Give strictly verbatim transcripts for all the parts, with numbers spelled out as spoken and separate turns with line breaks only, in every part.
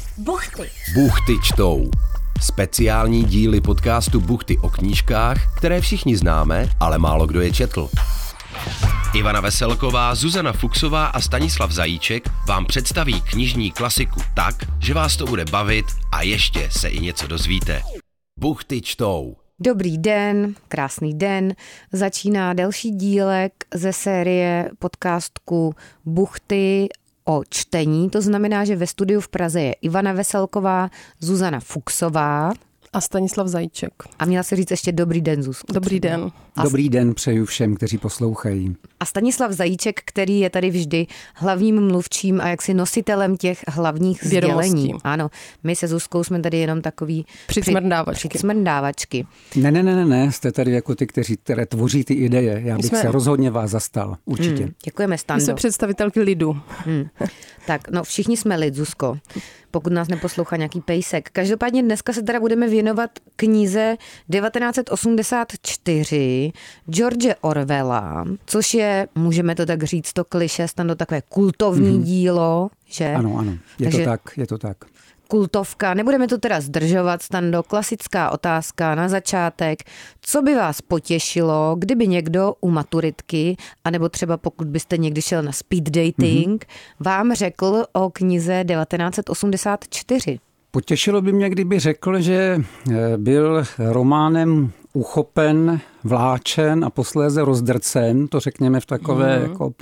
Buchty.
Buchty čtou. Speciální díly podcastu Buchty o knížkách, které všichni známe, ale málo kdo je četl. Ivana Veselková, Zuzana Fuchsová a Stanislav Zajíček vám představí knižní klasiku tak, že vás to bude bavit a ještě se i něco dozvíte. Buchty čtou.
Dobrý den, krásný den. Začíná další dílek ze série podcastku Buchty o čtení. To znamená, že ve studiu v Praze je Ivana Veselková, Zuzana Fuchsová
a Stanislav Zajíček.
A měla se říct ještě dobrý den, Zuzku.
Dobrý den.
A
Dobrý den přeju všem, kteří poslouchají.
A Stanislav Zajíček, který je tady vždy hlavním mluvčím a jaksi nositelem těch hlavních sdělení. Ano, my se Zuzkou jsme tady jenom takový
Přicmrdávačky.
Přicmrdávačky.
Ne, ne, ne, ne, ne, jste tady jako ty, kteří které tvoří ty ideje. Já bych jsme... se rozhodně vás zastal, určitě.
Hmm, děkujeme, Stando.
My jsme představitelky lidu.
Hmm. Tak, no všichni jsme lid, Zuzko, pokud nás neposlouchá nějaký pejsek. Každopádně dneska se teda budeme věnovat knize devatenáct set osmdesát čtyři George Orwella, což je, můžeme to tak říct, to klišé, Stando, takové kultovní mm-hmm. dílo, že?
Ano, ano, je Takže... to tak, je to tak.
Kultovka, nebudeme to teda zdržovat, Stando, klasická otázka na začátek. Co by vás potěšilo, kdyby někdo u maturitky, anebo třeba pokud byste někdy šel na speed dating, mm-hmm. vám řekl o knize devatenáct set osmdesát čtyři?
Potěšilo by mě, kdyby řekl, že byl románem uchopen, vláčen a posléze rozdrcen, to řekněme v takové mm. jako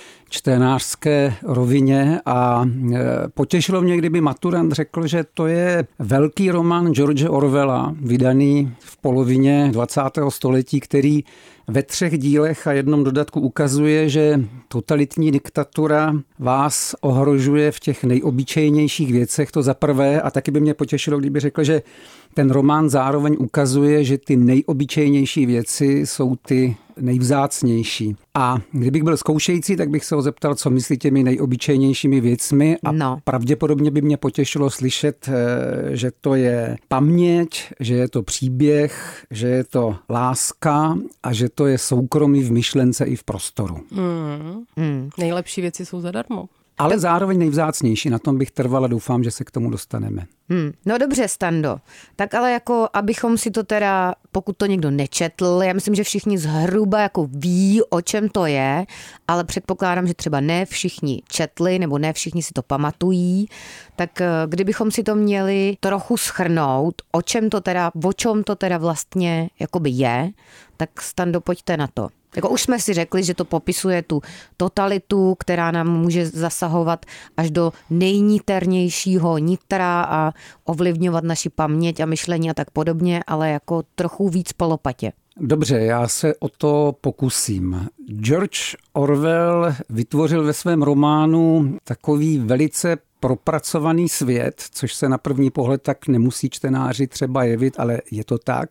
čtenářské rovině, a potěšilo mě, kdyby maturant řekl, že to je velký román George Orwella, vydaný v polovině dvacátého století, který ve třech dílech a jednom dodatku ukazuje, že totalitní diktatura vás ohrožuje v těch nejobyčejnějších věcech, to za prvé, a taky by mě potěšilo, kdyby řekl, že ten román zároveň ukazuje, že ty nejobyčejnější věci jsou ty nejvzácnější. A kdybych byl zkoušející, tak bych se ho zeptal, co myslí těmi nejobyčejnějšími věcmi, a no. pravděpodobně by mě potěšilo slyšet, že to je paměť, že je to příběh, že je to láska a že to je soukromí v myšlence i v prostoru.
Mm. Mm. Nejlepší věci jsou zadarmo.
Ale zároveň nejvzácnější, na tom bych trvala, doufám, že se k tomu dostaneme.
Hmm. No dobře, Stando, tak ale jako abychom si to teda, pokud to někdo nečetl, já myslím, že všichni zhruba jako ví, o čem to je, ale předpokládám, že třeba ne všichni četli, nebo ne všichni si to pamatují, tak kdybychom si to měli trochu shrnout, o čem to teda, o čem to teda vlastně jakoby je, tak Stando, pojďte na to. Jako už jsme si řekli, že to popisuje tu totalitu, která nám může zasahovat až do nejniternějšího nitra a ovlivňovat naši paměť a myšlení a tak podobně, ale jako trochu víc po lopatě.
Dobře, já se o to pokusím. George Orwell vytvořil ve svém románu takový velice propracovaný svět, což se na první pohled tak nemusí čtenáři třeba jevit, ale je to tak.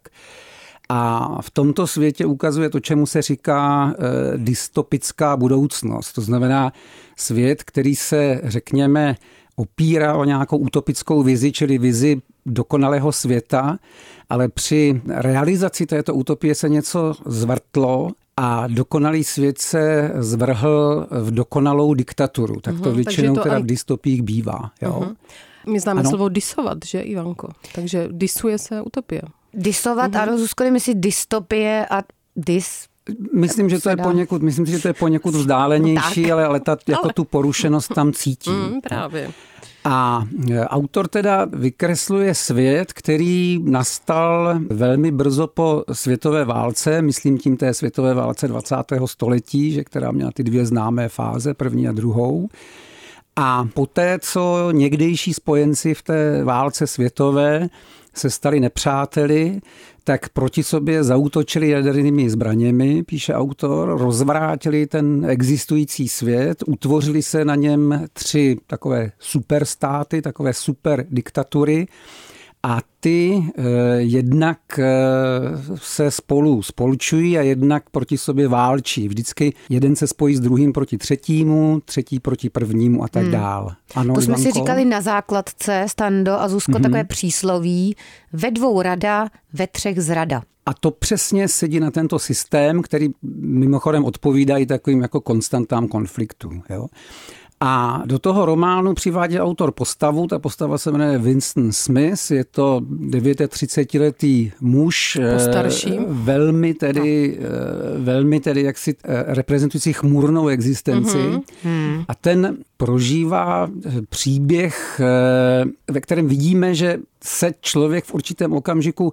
A v tomto světě ukazuje to, čemu se říká e, dystopická budoucnost. To znamená svět, který se, řekněme, opírá o nějakou utopickou vizi, čili vizi dokonalého světa, ale při realizaci této utopie se něco zvrtlo a dokonalý svět se zvrhl v dokonalou diktaturu. Tak to uh-huh, většinou to teda an... v dystopiích bývá. Jo? Uh-huh.
My známe ano? slovo disovat, že, Ivanko? Takže disuje se utopie.
Disovat, uh-huh. ano, Zuzko, myslí dystopie a dis...
Myslím, že to je poněkud, myslím, že to je poněkud vzdálenější, ale, ale ta, jako ale... tu porušenost tam cítí.
Mm, právě.
A autor teda vykresluje svět, který nastal velmi brzo po světové válce, myslím tím té světové válce dvacátého století, že která měla ty dvě známé fáze, první a druhou. A poté, co někdejší spojenci v té válce světové se stali nepřáteli, tak proti sobě zaútočili jadernými zbraněmi, píše autor, rozvrátili ten existující svět, utvořili se na něm tři takové superstáty, takové superdiktatury, a ty eh, jednak eh, se spolu spolčují a jednak proti sobě válčí. Vždycky jeden se spojí s druhým proti třetímu, třetí proti prvnímu a tak hmm. dál. Ano,
to jsme
Ivanko?
si říkali na základce, Stando a Zuzko, mm-hmm. takové přísloví: ve dvou rada, ve třech zrada.
A to přesně sedí na tento systém, který mimochodem odpovídá i takovým jako konstantám konfliktů. Jo? A do toho románu přivádí autor postavu, ta postava se jmenuje Winston Smith, je to třicetidevětiletý muž,
postarší.
velmi tedy, no. velmi tedy jaksi reprezentující chmurnou existenci mm-hmm. a ten prožívá příběh, ve kterém vidíme, že se člověk v určitém okamžiku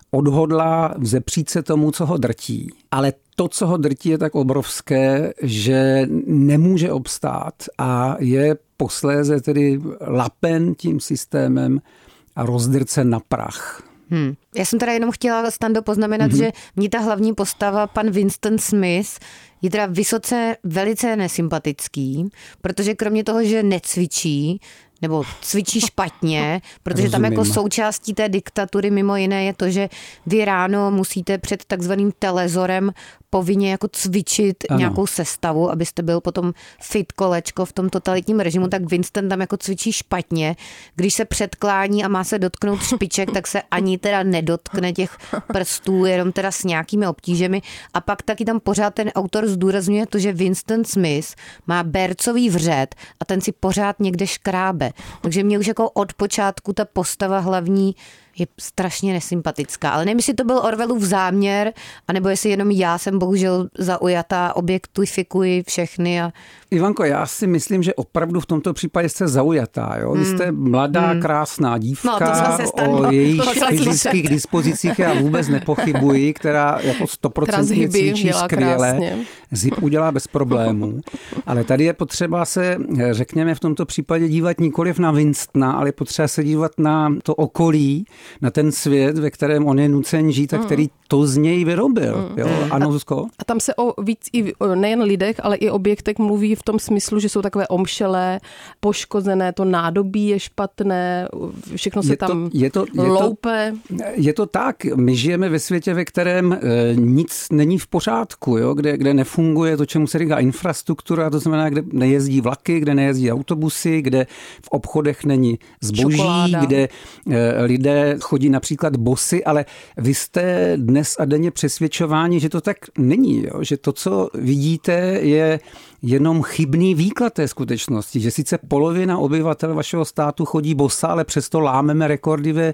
odhodlá vzepřít se tomu, co ho drtí. Ale to, co ho drtí, je tak obrovské, že nemůže obstát a je posléze tedy lapen tím systémem a rozdrcen na prach.
Hmm. Já jsem teda jenom chtěla, Stando, poznamenat, mm-hmm. že mě ta hlavní postava, pan Winston Smith, je teda vysoce, velice nesympatický, protože kromě toho, že necvičí, nebo cvičí špatně, protože Rozumím. Tam jako součástí té diktatury mimo jiné je to, že vy ráno musíte před takzvaným telezorem povinně jako cvičit ano. nějakou sestavu, abyste byl potom fit kolečko v tom totalitním režimu, tak Winston tam jako cvičí špatně. Když se předklání a má se dotknout špiček, tak se ani teda nedotkne těch prstů, jenom teda s nějakými obtížemi. A pak taky tam pořád ten autor zdůrazňuje to, že Winston Smith má bercový vřet a ten si pořád někde škrábe. Takže mě už jako od počátku ta postava hlavní je strašně nesympatická. Ale nevím, jestli to byl Orwellův záměr, anebo jestli jenom já jsem bohužel zaujatá, objektifikuji všechny. A...
Ivanko, já si myslím, že opravdu v tomto případě jste zaujatá. Jo? Vy jste mladá, hmm. krásná dívka, no, o jejich fyzických dispozicích já vůbec nepochybuji, která jako stoprocentně cvičí skvěle. Zhyb udělá bez problémů. Ale tady je potřeba se, řekněme, v tomto případě dívat nikoliv na Winstona, ale potřeba se dívat na to okolí, na ten svět, ve kterém on je nucen žít a který to z něj vyrobil. Jo? Ano, Zuzko?
A tam se o víc i nejen lidech, ale i objektech mluví v tom smyslu, že jsou takové omšelé, poškozené, to nádobí je špatné, všechno se
je to,
tam
je to, je
loupe.
To, je to tak. My žijeme ve světě, ve kterém e, nic není v pořádku, jo? Kde, kde nefunguje to, čemu se říká infrastruktura, to znamená, kde nejezdí vlaky, kde nejezdí autobusy, kde v obchodech není zboží, Čokoláda. Kde e, lidé chodí například bosy, ale vy jste dnes a denně přesvědčováni, že to tak není, jo? Že to, co vidíte, je jenom chybný výklad té skutečnosti, že sice polovina obyvatel vašeho státu chodí bosa, ale přesto lámeme rekordy ve,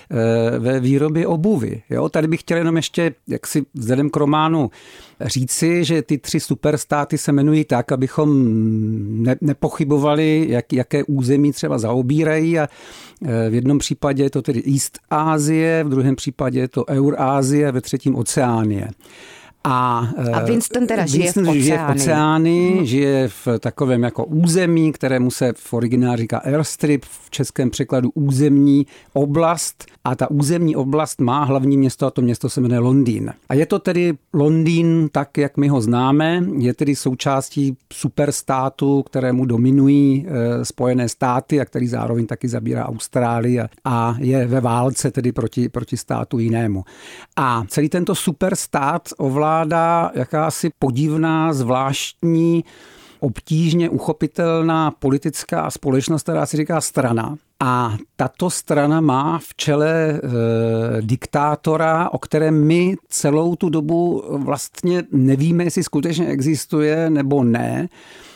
ve výrobě obuvy. Jo? Tady bych chtěl jenom ještě, jak si vzhledem k románu, říci, že ty tři superstáty se jmenují tak, abychom ne, nepochybovali, jak, jaké území třeba zaobírají a v jednom případě je to tedy East Asie, v druhém případě je to Eurázie, ve třetím Oceánie. A,
a Winston teda žije
Winston
v oceáni.
žije v oceáni, hmm. žije v takovém jako území, kterému se v originálu říká airstrip, v českém překladu územní oblast. A ta územní oblast má hlavní město a to město se jmenuje Londýn. A je to tedy Londýn tak, jak my ho známe, je tedy součástí superstátu, kterému dominují e, Spojené státy a který zároveň taky zabírá Austrálii a, a je ve válce tedy proti, proti státu jinému. A celý tento superstát ovládá vláda jakási podivná, zvláštní, obtížně uchopitelná politická a společnost, která si říká strana. A tato strana má v čele e, diktátora, o kterém my celou tu dobu vlastně nevíme, jestli skutečně existuje nebo ne.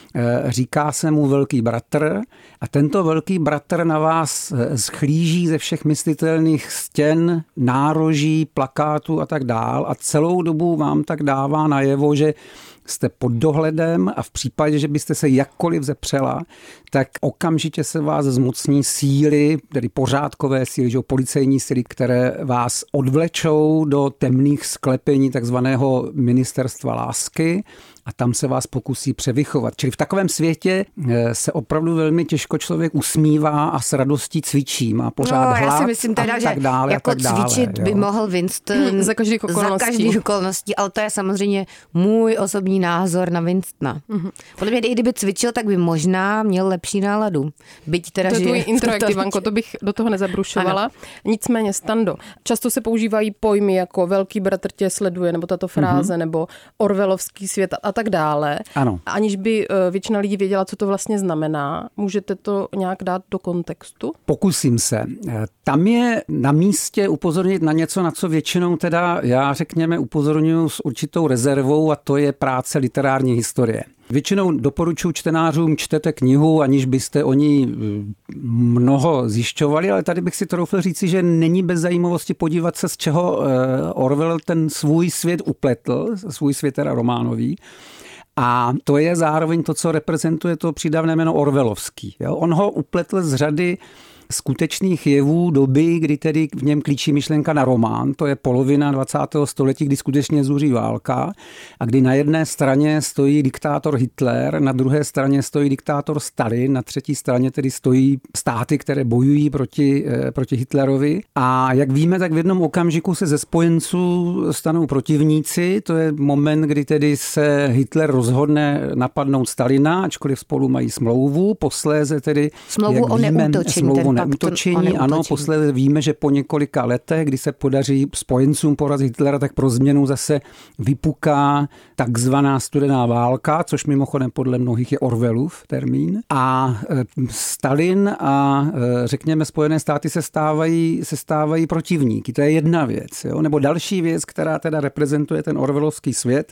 Říká se mu velký bratr a tento velký bratr na vás schlíží ze všech myslitelných stěn, nároží, plakátů a tak dál a celou dobu vám tak dává najevo, že jste pod dohledem a v případě, že byste se jakkoliv zepřela, tak okamžitě se vás zmocní síly, tedy pořádkové síly, že policejní síly, které vás odvlečou do temných sklepení takzvaného ministerstva lásky a tam se vás pokusí převychovat. Čili v takovém světě se opravdu velmi těžko člověk usmívá a s radostí cvičí, má pořád no, hlad já si myslím teda, a tak dále.
Jako
a tak dále,
cvičit
jo.
by mohl Winston
za každých okolností.
Za každých okolností, ale to je samozřejmě můj osobní názor na Winstona. Mm-hmm. Podle mě, i kdyby cvičil, tak by možná měl lepší náladu. Byť teda,
to je tvůj introjekt, Ivanko, to bych do toho nezabrušovala. Ano. Nicméně, Stando, často se používají pojmy jako velký bratr tě sleduje, nebo tato fráze, mm-hmm. nebo orwellovský svět a tak dále.
Ano.
Aniž by většina lidí věděla, co to vlastně znamená. Můžete to nějak dát do kontextu?
Pokusím se. Tam je na místě upozornit na něco, na co většinou teda já, řekněme, upozorňuji s určitou rezervou a to je práce literární historie. Většinou doporučuji čtenářům, čtete knihu, aniž byste o ní mnoho zjišťovali, ale tady bych si troufl říci, že není bez zajímavosti podívat se, z čeho Orwell ten svůj svět upletl, svůj svět teda románový. A to je zároveň to, co reprezentuje to přídavné jméno Orwellovský. Jo? On ho upletl z řady skutečných jevů doby, kdy tedy v něm klíčí myšlenka na román. To je polovina dvacátého století, kdy skutečně zuří válka a kdy na jedné straně stojí diktátor Hitler, na druhé straně stojí diktátor Stalin, na třetí straně tedy stojí státy, které bojují proti, proti Hitlerovi. A jak víme, tak v jednom okamžiku se ze spojenců stanou protivníci. To je moment, kdy tedy se Hitler rozhodne napadnout Stalina, ačkoliv spolu mají smlouvu. Posléze tedy,
smlouvu o
víme,
neútočení.
Smlouvu Útočení, ano, posledně víme, že po několika letech, kdy se podaří spojencům porazit Hitlera, tak pro změnu zase vypuká takzvaná studená válka, což mimochodem podle mnohých je Orwellův termín. A Stalin a řekněme Spojené státy se stávají, se stávají protivníky. To je jedna věc. Jo? Nebo další věc, která teda reprezentuje ten orwellovský svět,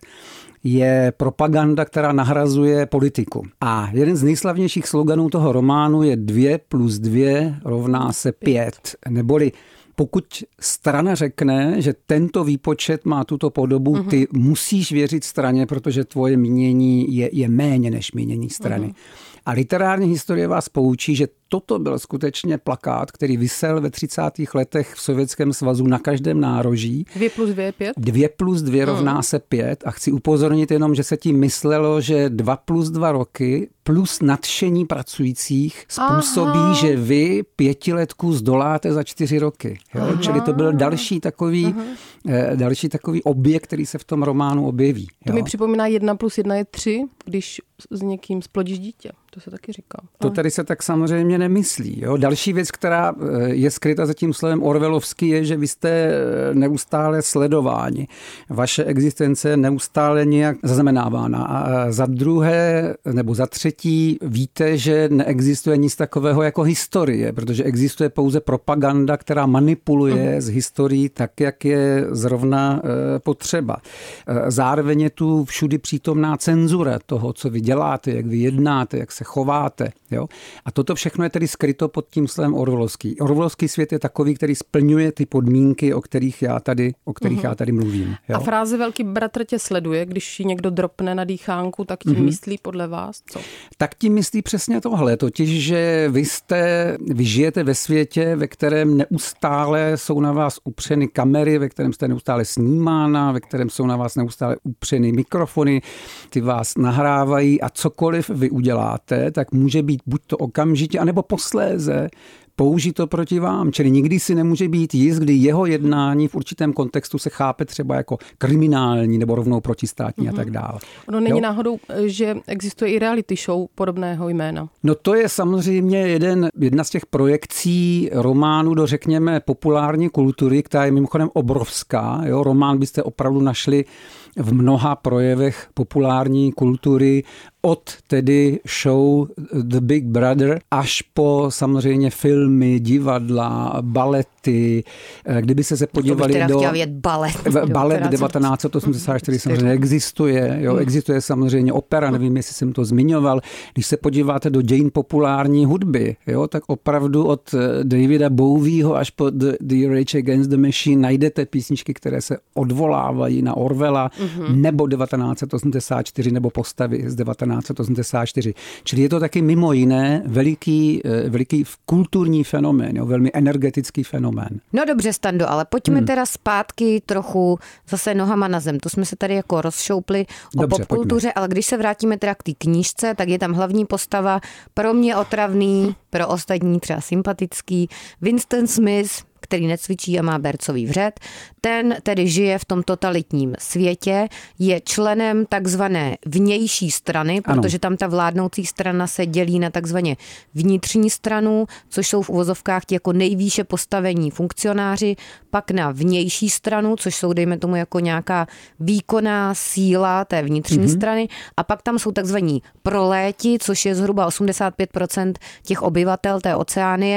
je propaganda, která nahrazuje politiku. A jeden z nejslavnějších sloganů toho románu je dvě plus dvě rovná se pět. Neboli pokud strana řekne, že tento výpočet má tuto podobu, ty uh-huh. musíš věřit straně, protože tvoje mínění je, je méně než mínění strany. Uh-huh. A literární historie vás poučí, že toto byl skutečně plakát, který visel ve třicátých letech v Sovětském svazu na každém nároží.
Dvě plus dvě je pět?
Dvě plus dvě rovná hmm. se pět a chci upozornit jenom, že se tím myslelo, že dva plus dva roky plus nadšení pracujících způsobí, Aha. že vy pětiletku zdoláte za čtyři roky. Jo? Čili to byl další takový, eh, další takový objekt, který se v tom románu objeví.
To jo? mi připomíná jedna plus jedna je tři, když s někým splodíš dítě. To se taky říká.
To tady se tak samozřejmě nemyslí. Jo? Další věc, která je skryta za tím slovem Orwellovský, je, že vy jste neustále sledováni. Vaše existence je neustále nějak zaznamenávána. A za druhé, nebo za třetí, víte, že neexistuje nic takového jako historie, protože existuje pouze propaganda, která manipuluje uh. s historií tak, jak je zrovna potřeba. Zároveň je tu všudy přítomná cenzura toho, co vy děláte, jak vy jednáte, jak se chováte. Jo? A toto všechno je tedy skryto pod tím slovem Orwellovský. Orwellovský svět je takový, který splňuje ty podmínky, o kterých já tady, o kterých uh-huh. já tady mluvím. Jo?
A fráze velký bratr tě sleduje, když ji někdo dropne na dýchánku, tak tím uh-huh. myslí podle vás co?
Tak tím myslí přesně tohle, totiž, že vy jste, vy žijete ve světě, ve kterém neustále jsou na vás upřeny kamery, ve kterém jste neustále snímána, ve kterém jsou na vás neustále upřeny mikrofony, ty vás nahrávají a cokoliv vy uděláte, tak může být buď to okamžitě, anebo posléze použito proti vám. Čili nikdy si nemůže být jist, kdy jeho jednání v určitém kontextu se chápe třeba jako kriminální nebo rovnou protistátní mm-hmm. a tak dále.
Ono není
jo?
náhodou, že existuje i reality show podobného jména.
No to je samozřejmě jeden, jedna z těch projekcí románu do, řekněme, populární kultury, která je mimochodem obrovská. Jo? Román byste opravdu našli v mnoha projevech populární kultury, od tedy show The Big Brother až po samozřejmě filmy, divadla, balety. Kdyby se se podívali
to bych
do...
chtěla balet.
Balet devatenáct set osmdesát čtyři samozřejmě existuje. Jo, existuje samozřejmě opera, nevím, jestli jsem to zmiňoval. Když se podíváte do dějin populární hudby, jo, tak opravdu od Davida Bowieho až po The, the Rage Against the Machine najdete písničky, které se odvolávají na Orwella, mm-hmm. nebo devatenáct set osmdesát čtyři, nebo postavy z devatenáct set osmdesát čtyři. Čili je to taky mimo jiné veliký, veliký kulturní fenomén, jo, velmi energetický fenomén.
No dobře, Stando, ale pojďme hmm. teda zpátky trochu zase nohama na zem. Tu jsme se tady jako rozšoupli o dobře, popkultuře, ale když se vrátíme teda k té knížce, tak je tam hlavní postava, pro mě otravný, pro ostatní třeba sympatický, Winston Smith, který necvičí a má bercový vřet. Ten tedy žije v tom totalitním světě, je členem takzvané vnější strany, protože tam ta vládnoucí strana se dělí na takzvaně vnitřní stranu, což jsou v uvozovkách ti jako nejvýše postavení funkcionáři, pak na vnější stranu, což jsou dejme tomu jako nějaká výkonná síla té vnitřní mm-hmm. strany, a pak tam jsou takzvaní proléti, což je zhruba osmdesát pět procent těch obyvatel té Oceánie,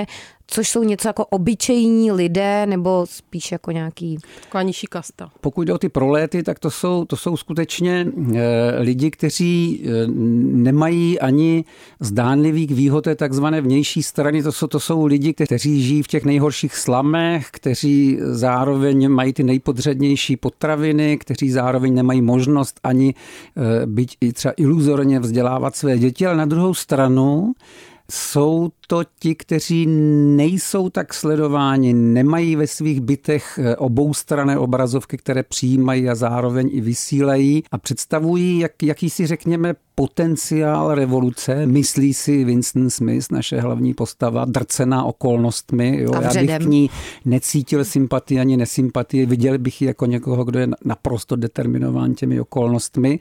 což jsou něco jako obyčejní lidé, nebo spíš jako nějaký...
Taková nižší kasta.
Pokud jde o ty proléty, tak to jsou, to jsou skutečně e, lidi, kteří e, nemají ani zdánlivých výhod té takzvané vnější strany. To jsou, to jsou lidi, kteří žijí v těch nejhorších slamech, kteří zároveň mají ty nejpodřadnější potraviny, kteří zároveň nemají možnost ani e, být i třeba iluzorně vzdělávat své děti, ale na druhou stranu jsou to ti, kteří nejsou tak sledováni, nemají ve svých bytech oboustranné obrazovky, které přijímají a zároveň i vysílají a představují jak, jakýsi, řekněme, potenciál revoluce. Myslí si Winston Smith, naše hlavní postava, drcená okolnostmi. Jo? Já bych k ní necítil sympatii ani nesympatii. Viděl bych ji jako někoho, kdo je naprosto determinován těmi okolnostmi.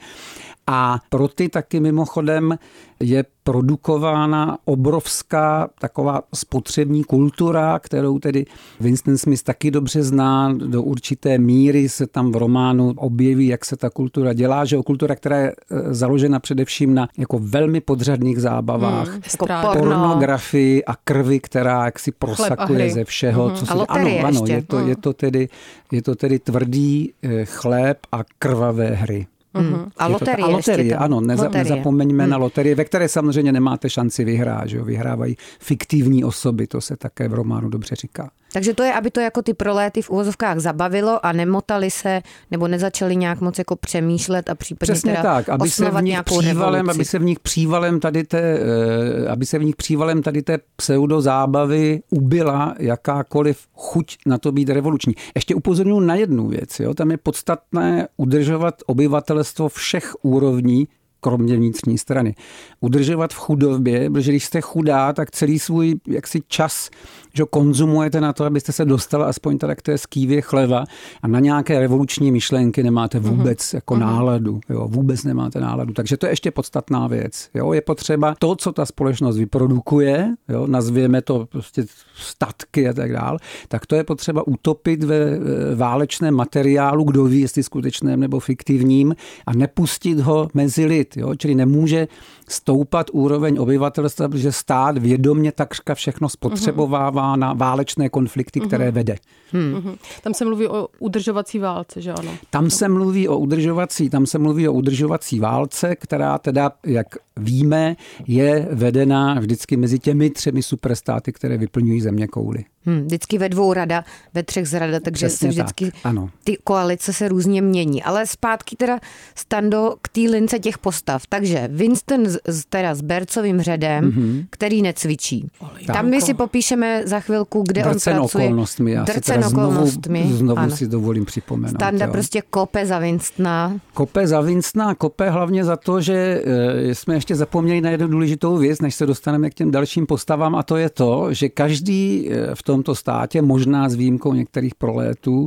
A pro ty taky mimochodem je produkována obrovská taková spotřební kultura, kterou tedy Winston Smith taky dobře zná. Do určité míry se tam v románu objeví, jak se ta kultura dělá, že kultura, která je založena především na jako velmi podřadných zábavách, hmm, pornografii a krvi, která jaksi prosakuje ze všeho. Hmm. Co se... Ano, ano, je to, je to tedy, je to tedy tvrdý chléb a krvavé hry.
Mm. A loterie,
a loterie ano, neza,
loterie.
nezapomeňme
mm.
na loterie, ve které samozřejmě nemáte šanci vyhrát, že jo? Vyhrávají fiktivní osoby, to se také v románu dobře říká.
Takže to je, aby to jako ty proléty v uvozovkách zabavilo a nemotali se, nebo nezačali nějak moc jako přemýšlet a případně
přesně
teda
tak, aby se v nich přívalem, aby se v nich přívalem tady té, aby se v nich přívalem tady té pseudozábavy ubila jakákoliv chuť na to být revoluční. Ještě upozorňuji na jednu věc, jo? Tam je podstatné udržovat obyvatelstvo všech úrovní, kromě vnitřní strany. Udržovat v chudobě, protože když jste chudá, tak celý svůj jaksi čas, že konzumujete na to, abyste se dostala aspoň teda k té skývě chleva a na nějaké revoluční myšlenky nemáte vůbec mm-hmm. jako náladu. Jo, vůbec nemáte náladu. Takže to je ještě podstatná věc. Jo, je potřeba to, co ta společnost vyprodukuje, jo, nazvěme to prostě statky a tak dál, tak to je potřeba utopit ve válečném materiálu, kdo ví, jestli skutečném nebo fiktivním, a nepustit ho mezi lid. Jo? Čili nemůže stoupat úroveň obyvatelstva, protože stát vědomě takřka všechno spotřebovává na válečné konflikty, které vede.
Hmm. Tam se mluví o udržovací válce, že ano?
Tam se mluví o udržovací, tam se mluví o udržovací válce, která teda, jak víme, je vedena vždycky mezi těmi třemi superstáty, které vyplňují zeměkouli.
Hmm, vždycky ve dvou rada, ve třech z rada, takže
přesně
se vždycky
tak, ano.
Ty koalice se různě mění. Ale zpátky teda, Stando, k té lince těch postav. Takže Winston s, teda s bercovým řadem, mm-hmm. který necvičí.
Tak.
Tam my si popíšeme za chvilku, kde
Drcen
on pracuje.
Okolnostmi. Já
Drcen
si teda
okolnostmi.
Znovu, znovu si dovolím připomenout.
Standa
jo.
prostě kope za Winstona.
Kope za Winstona, kope hlavně za to, že jsme ještě zapomněli na jednu důležitou věc, než se dostaneme k těm dalším postavám, a to je to, že každý v tomto státě, možná s výjimkou některých prolétů,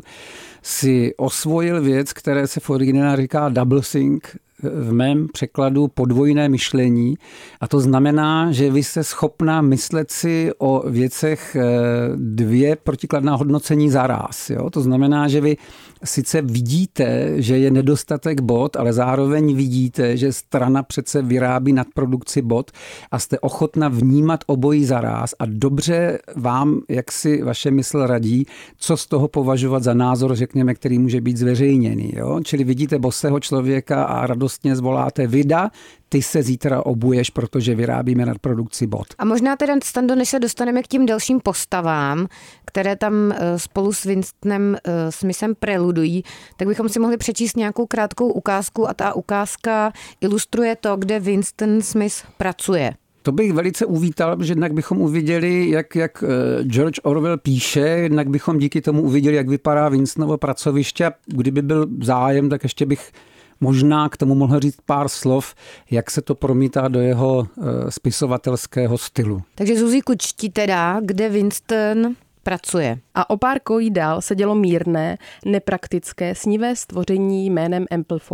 si osvojil věc, které se v originálu říká double think, v mém překladu podvojné myšlení, a to znamená, že vy jste schopná myslet si o věcech dvě protikladná hodnocení zaráz. Jo? To znamená, že vy sice vidíte, že je nedostatek bod, ale zároveň vidíte, že strana přece vyrábí nadprodukci bod a jste ochotna vnímat obojí zaráz a dobře vám, jak si vaše mysl radí, co z toho považovat za názor, řekněme, který může být zveřejněný. Jo? Čili vidíte bosého člověka a radostně zvoláte vida, ty se zítra obuješ, protože vyrábíme nadprodukci bod.
A možná teda, Stando, než se dostaneme k tím dalším postavám, které tam spolu s Winstonem Smithem preludují, tak bychom si mohli přečíst nějakou krátkou ukázku a ta ukázka ilustruje to, kde Winston Smith pracuje.
To bych velice uvítal, že jednak bychom uviděli, jak, jak George Orwell píše, jednak bychom díky tomu uviděli, jak vypadá Winstonovo pracoviště. Kdyby byl zájem, tak ještě bych možná k tomu mohl říct pár slov, jak se to promítá do jeho spisovatelského stylu.
Takže Zuzíku, čti teda, kde Winston pracuje.
A o pár kojí dál se dělo mírné, nepraktické, snivé stvoření jménem Ampleford.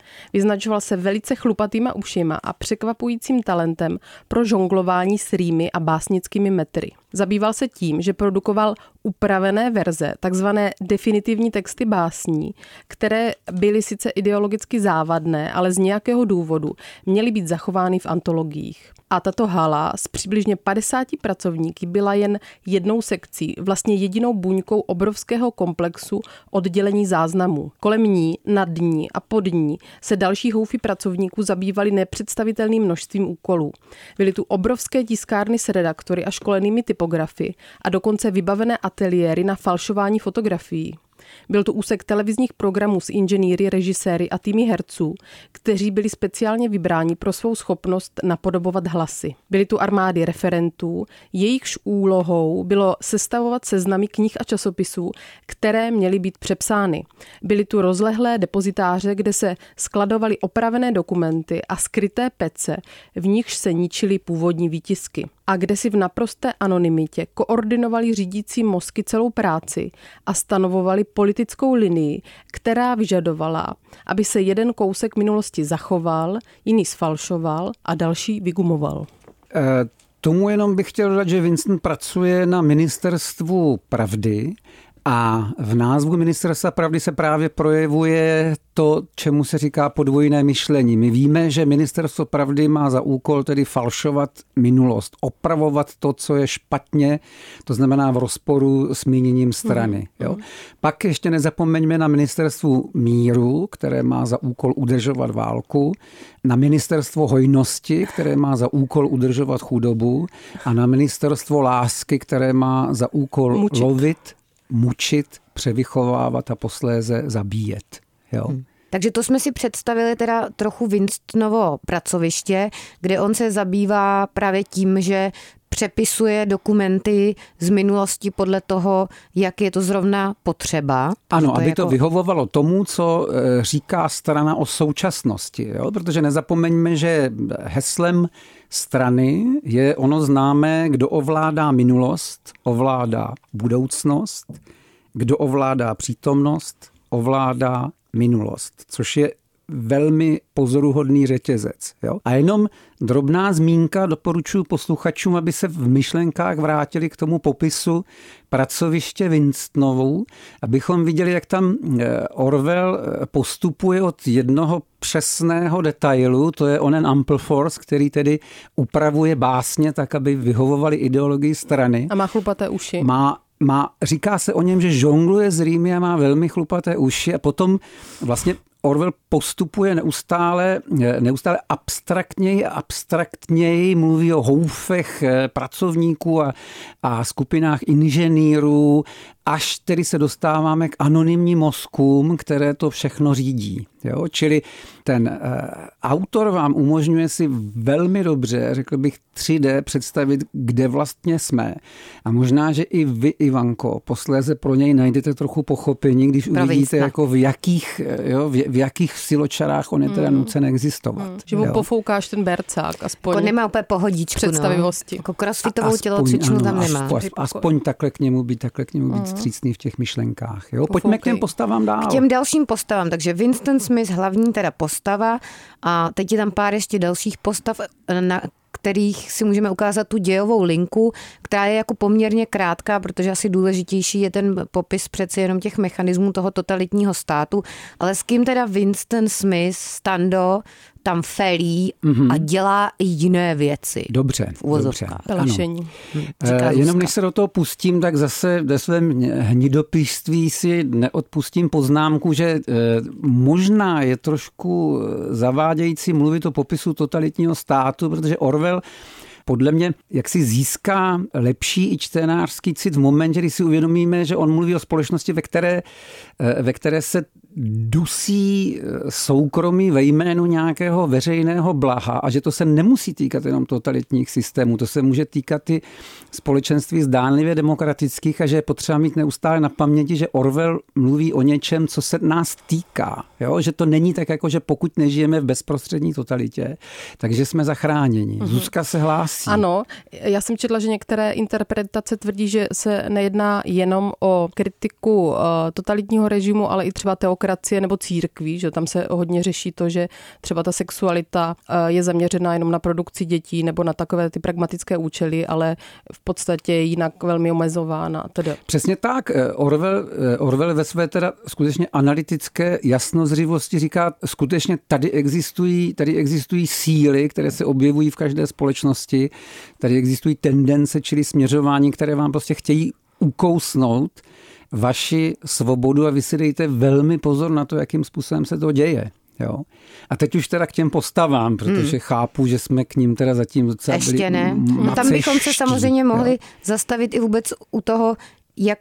Vyznačoval se velice chlupatýma ušima a překvapujícím talentem pro žonglování s rýmy a básnickými metry. Zabýval se tím, že produkoval upravené verze, takzvané definitivní texty básní, které byly sice ideologicky závadné, ale z nějakého důvodu měly být zachovány v antologiích. A tato hala s přibližně padesáti pracovníky byla jen jednou sekcí, vlastně jedinou buňkou obrovského komplexu oddělení záznamů. Kolem ní, nad ní a pod ní se další houfy pracovníků zabývali nepředstavitelným množstvím úkolů. Byly tu obrovské tiskárny s redaktory a školenými typografy a dokonce vybavené ateliéry na falšování fotografií. Byl to úsek televizních programů s inženýry, režiséry a týmy herců, kteří byli speciálně vybráni pro svou schopnost napodobovat hlasy. Byly tu armády referentů, jejichž úlohou bylo sestavovat seznamy knih a časopisů, které měly být přepsány. Byly tu rozlehlé depozitáře, kde se skladovaly opravené dokumenty a skryté pece, v nichž se ničily původní výtisky. A kde si v naprosté anonymitě koordinovali řídící mozky celou práci a stanovovali politickou linii, která vyžadovala, aby se jeden kousek minulosti zachoval, jiný sfalšoval a další vygumoval.
E, tomu jenom bych chtěl dodat, že Winston pracuje na ministerstvu pravdy a v názvu ministerstva pravdy se právě projevuje to, čemu se říká podvojné myšlení. My víme, že ministerstvo pravdy má za úkol tedy falšovat minulost, opravovat to, co je špatně, to znamená v rozporu s míněním strany. Mm. Jo? Pak ještě nezapomeňme na ministerstvu míru, které má za úkol udržovat válku, na ministerstvo hojnosti, které má za úkol udržovat chudobu a na ministerstvo lásky, které má za úkol mučit. lovit, mučit, převychovávat a posléze zabíjet. Jo? Hmm.
Takže to jsme si představili teda trochu Winstonovo pracoviště, kde on se zabývá právě tím, že přepisuje dokumenty z minulosti podle toho, jak je to zrovna potřeba.
Ano, to aby
jako...
to vyhovovalo tomu, co říká strana o současnosti. Jo? Protože nezapomeňme, že heslem strany je ono známé, kdo ovládá minulost, ovládá budoucnost, kdo ovládá přítomnost, ovládá minulost, což je velmi pozoruhodný řetězec. Jo? A jenom drobná zmínka, doporučuji posluchačům, aby se v myšlenkách vrátili k tomu popisu pracoviště Winstonovu, abychom viděli, jak tam Orwell postupuje od jednoho přesného detailu, to je onen Ampleforth, který tedy upravuje básně tak, aby vyhovovaly ideologii strany.
A má chlupaté uši.
Má Má, říká se o něm, že žongluje s rýmy a má velmi chlupaté uši a potom vlastně Orwell postupuje neustále, neustále abstraktněji a abstraktněji, mluví o houfech pracovníků a, a skupinách inženýrů, až tedy se dostáváme k anonymním mozkům, které to všechno řídí. Jo? Čili ten uh, autor vám umožňuje si velmi dobře, řekl bych tři dé, představit, kde vlastně jsme. A možná, že i vy, Ivanko, posléze pro něj najdete trochu pochopení, když Pravi uvidíte, jako v jakých, jo, v, v jakých siločarách on je teda mm. nucen existovat. Mm.
Že mu pofoukáš ten bercák, aspoň.
Jako nemá úplně pohodičku.
Představivosti.
No. Jako crossfitovou tělocvičnu tam nemá.
Aspoň, aspoň takhle k němu být, takhle k němu být mm. vstřícný v těch myšlenkách. Jo? Pojďme k těm postavám dál.
K těm dalším postavám. Takže Winston Smith, hlavní teda postava a teď je tam pár ještě dalších postav, na kterých si můžeme ukázat tu dějovou linku, která je jako poměrně krátká, protože asi důležitější je ten popis přeci jenom těch mechanismů toho totalitního státu, ale s kým teda Winston Smith, Stando, tam felí mm-hmm. a dělá i jiné věci.
Dobře, dobře.
Hm,
e, jenom než se do toho pustím, tak zase ve svém hnidopíšství si neodpustím poznámku, že e, možná je trošku zavádějící mluvit o popisu totalitního státu, protože Orwell podle mě jak si získá lepší i čtenářský cit v momentě, kdy si uvědomíme, že on mluví o společnosti, ve které, ve které se dusí soukromí ve jménu nějakého veřejného blaha a že to se nemusí týkat jenom totalitních systémů, to se může týkat i společenství zdánlivě demokratických a že je potřeba mít neustále na paměti, že Orwell mluví o něčem, co se nás týká. Jo? Že to není tak, jako že pokud nežijeme v bezprostřední totalitě, takže jsme zachráněni. Mm-hmm. Zuzka se hlásí. souhlasí.
Ano, já jsem četla, že některé interpretace tvrdí, že se nejedná jenom o kritiku uh, totalitního režimu, ale i třeba teokracie nebo církví, že tam se hodně řeší to, že třeba ta sexualita uh, je zaměřená jenom na produkci dětí nebo na takové ty pragmatické účely, ale v podstatě je jinak velmi omezována. Teda.
Přesně tak. Orwell, Orwell ve své teda skutečně analytické jasnozřivosti říká, skutečně tady existují, tady existují síly, které se objevují v každé společnosti, tady existují tendence, čili směřování, které vám prostě chtějí ukousnout vaši svobodu a vy si dejte velmi pozor na to, jakým způsobem se to děje. Jo. A teď už teda k těm postavám, protože hmm. chápu, že jsme k ním teda zatím docela byli
Ještě ne. No, tam bychom se samozřejmě mohli jo. zastavit i vůbec u toho, jak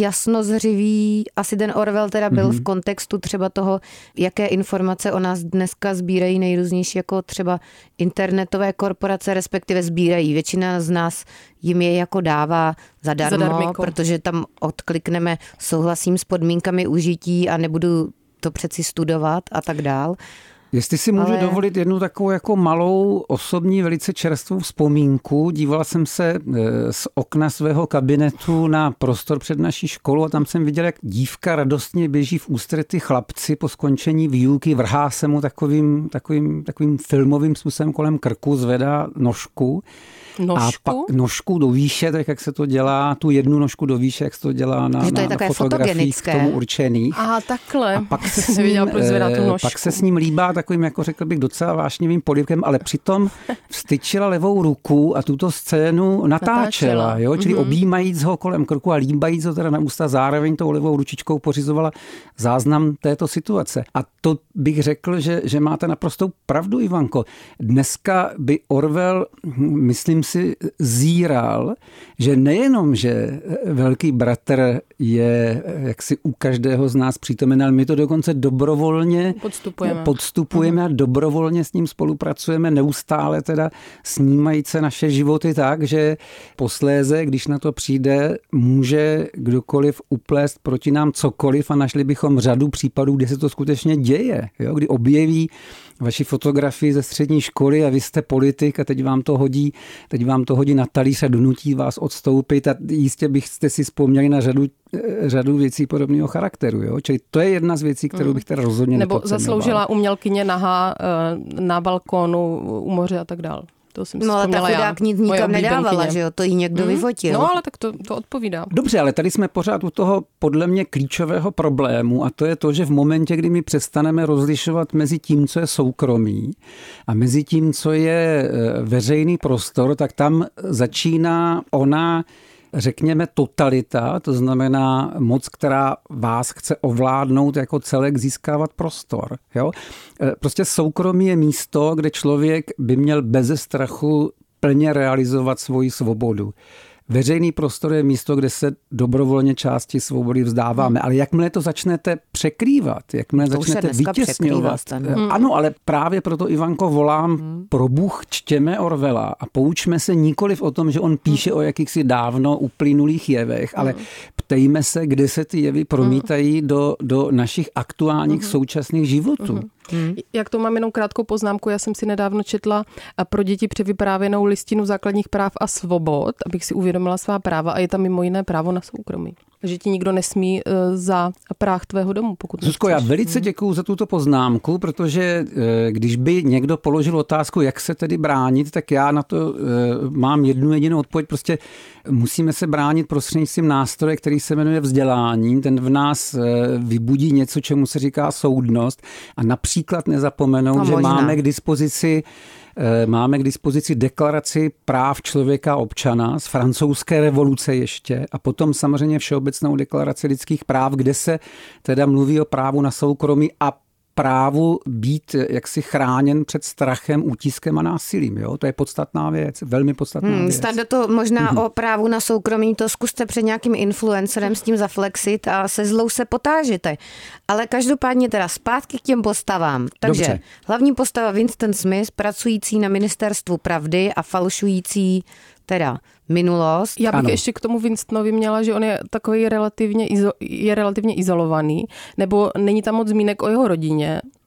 jasnozřivý asi ten Orwell teda byl mm-hmm. v kontextu třeba toho, jaké informace o nás dneska sbírají nejrůznější, jako třeba internetové korporace, respektive sbírají. Většina z nás jim je jako dává zadarmo, Zadarmiko. Protože tam odklikneme souhlasím s podmínkami užití a nebudu to přeci studovat a tak dál.
Jestli si můžu Ale... dovolit jednu takovou jako malou osobní, velice čerstvou vzpomínku. Dívala jsem se z okna svého kabinetu na prostor před naší školou a tam jsem viděl, jak dívka radostně běží v ústrety chlapci po skončení výuky, vrhá se mu takovým, takovým, takovým filmovým způsobem kolem krku, zvedá nožku.
Nožku?
A pak nožku do výše, tak jak se to dělá, tu jednu nožku do výše, jak se to dělá na,
to je
na, na fotografiích k tomu určených.
Aha, takhle.
A pak se, s ním, pak se s ním líbá takovým, jako řekl bych, docela vášnivým polivkem, ale přitom vstyčila levou ruku a tuto scénu natáčela, natáčela. Jo? Čili mm-hmm. objímajíc ho kolem krku a líbajíc ho teda na ústa, zároveň tou levou ručičkou pořizovala záznam této situace. A to bych řekl, že, že máte naprostou pravdu, Ivanko. Dneska by Orwell, myslím si, zíral, že nejenom, že velký bratr je jaksi u každého z nás přítomen, ale my to dokonce dobrovolně podstupujeme, podstupujeme uh-huh. a dobrovolně s ním spolupracujeme, neustále teda snímají se naše životy tak, že posléze, když na to přijde, může kdokoliv uplést proti nám cokoliv a našli bychom řadu případů, kde se to skutečně děje, jo? Kdy objeví vaši fotografii ze střední školy a vy jste politik a teď vám to hodí, teď vám to hodí na talíř a donutí vás odstoupit a jistě byste si vzpomněli na řadu, řadu věcí podobného charakteru. Jo? Čili to je jedna z věcí, kterou bych teda rozhodně
Nebo
nepodceňoval.
zasloužila umělkyně nahá na balkónu u moře a tak dál. To jsem
no ale ta chudák nic nikam nedávala, že jo, to jí někdo hmm. vyfotil.
No ale tak to, to odpovídá.
Dobře, ale tady jsme pořád u toho podle mě klíčového problému a to je to, že v momentě, kdy my přestaneme rozlišovat mezi tím, co je soukromí a mezi tím, co je veřejný prostor, tak tam začíná ona, řekněme, totalita, to znamená moc, která vás chce ovládnout jako celek, získávat prostor. Jo? Prostě soukromí je místo, kde člověk by měl beze strachu plně realizovat svoji svobodu. Veřejný prostor je místo, kde se dobrovolně části svobody vzdáváme, ale jakmile to začnete překrývat, jakmile to začnete vytěsňovat. Hmm. Ano, ale právě proto, Ivanko, volám, hmm. pro Bůh čtěme Orwella a poučme se nikoliv o tom, že on píše hmm. o jakýchsi dávno uplynulých jevech, ale hmm. ptejme se, kde se ty jevy promítají hmm. do, do našich aktuálních hmm. současných životů. Hmm.
Hmm. Jak to mám jenom krátkou poznámku, já jsem si nedávno četla pro děti převyprávěnou listinu základních práv a svobod, abych si uvědomila svá práva a je tam mimo jiné právo na soukromí. Že ti nikdo nesmí za práh tvého domu, pokud
Zuzko, já velice děkuju za tuto poznámku, protože když by někdo položil otázku, jak se tedy bránit, tak já na to mám jednu jedinou odpověď. Prostě musíme se bránit prostřednictvím nástroje, který se jmenuje vzdělání. Ten v nás vybudí něco, čemu se říká soudnost a například nezapomenout, no, že možná. máme k dispozici Máme k dispozici deklaraci práv člověka a občana z francouzské revoluce ještě a potom samozřejmě všeobecnou deklaraci lidských práv, kde se teda mluví o právu na soukromí a právu být jaksi chráněn před strachem, útiskem a násilím. Jo? To je podstatná věc, velmi podstatná hmm, věc.
Stát do toho možná hmm. o právu na soukromí, to zkuste před nějakým influencerem s tím zaflexit a se zlou se potážete. Ale každopádně teda zpátky k těm postavám. Takže Dobře. hlavní postava Winston Smith, pracující na ministerstvu pravdy a falšující teda minulost.
Já bych
ano.
ještě k tomu Winstonovi měla, že on je takový relativně, izo, je relativně izolovaný, nebo není tam moc zmínek o jeho rodině,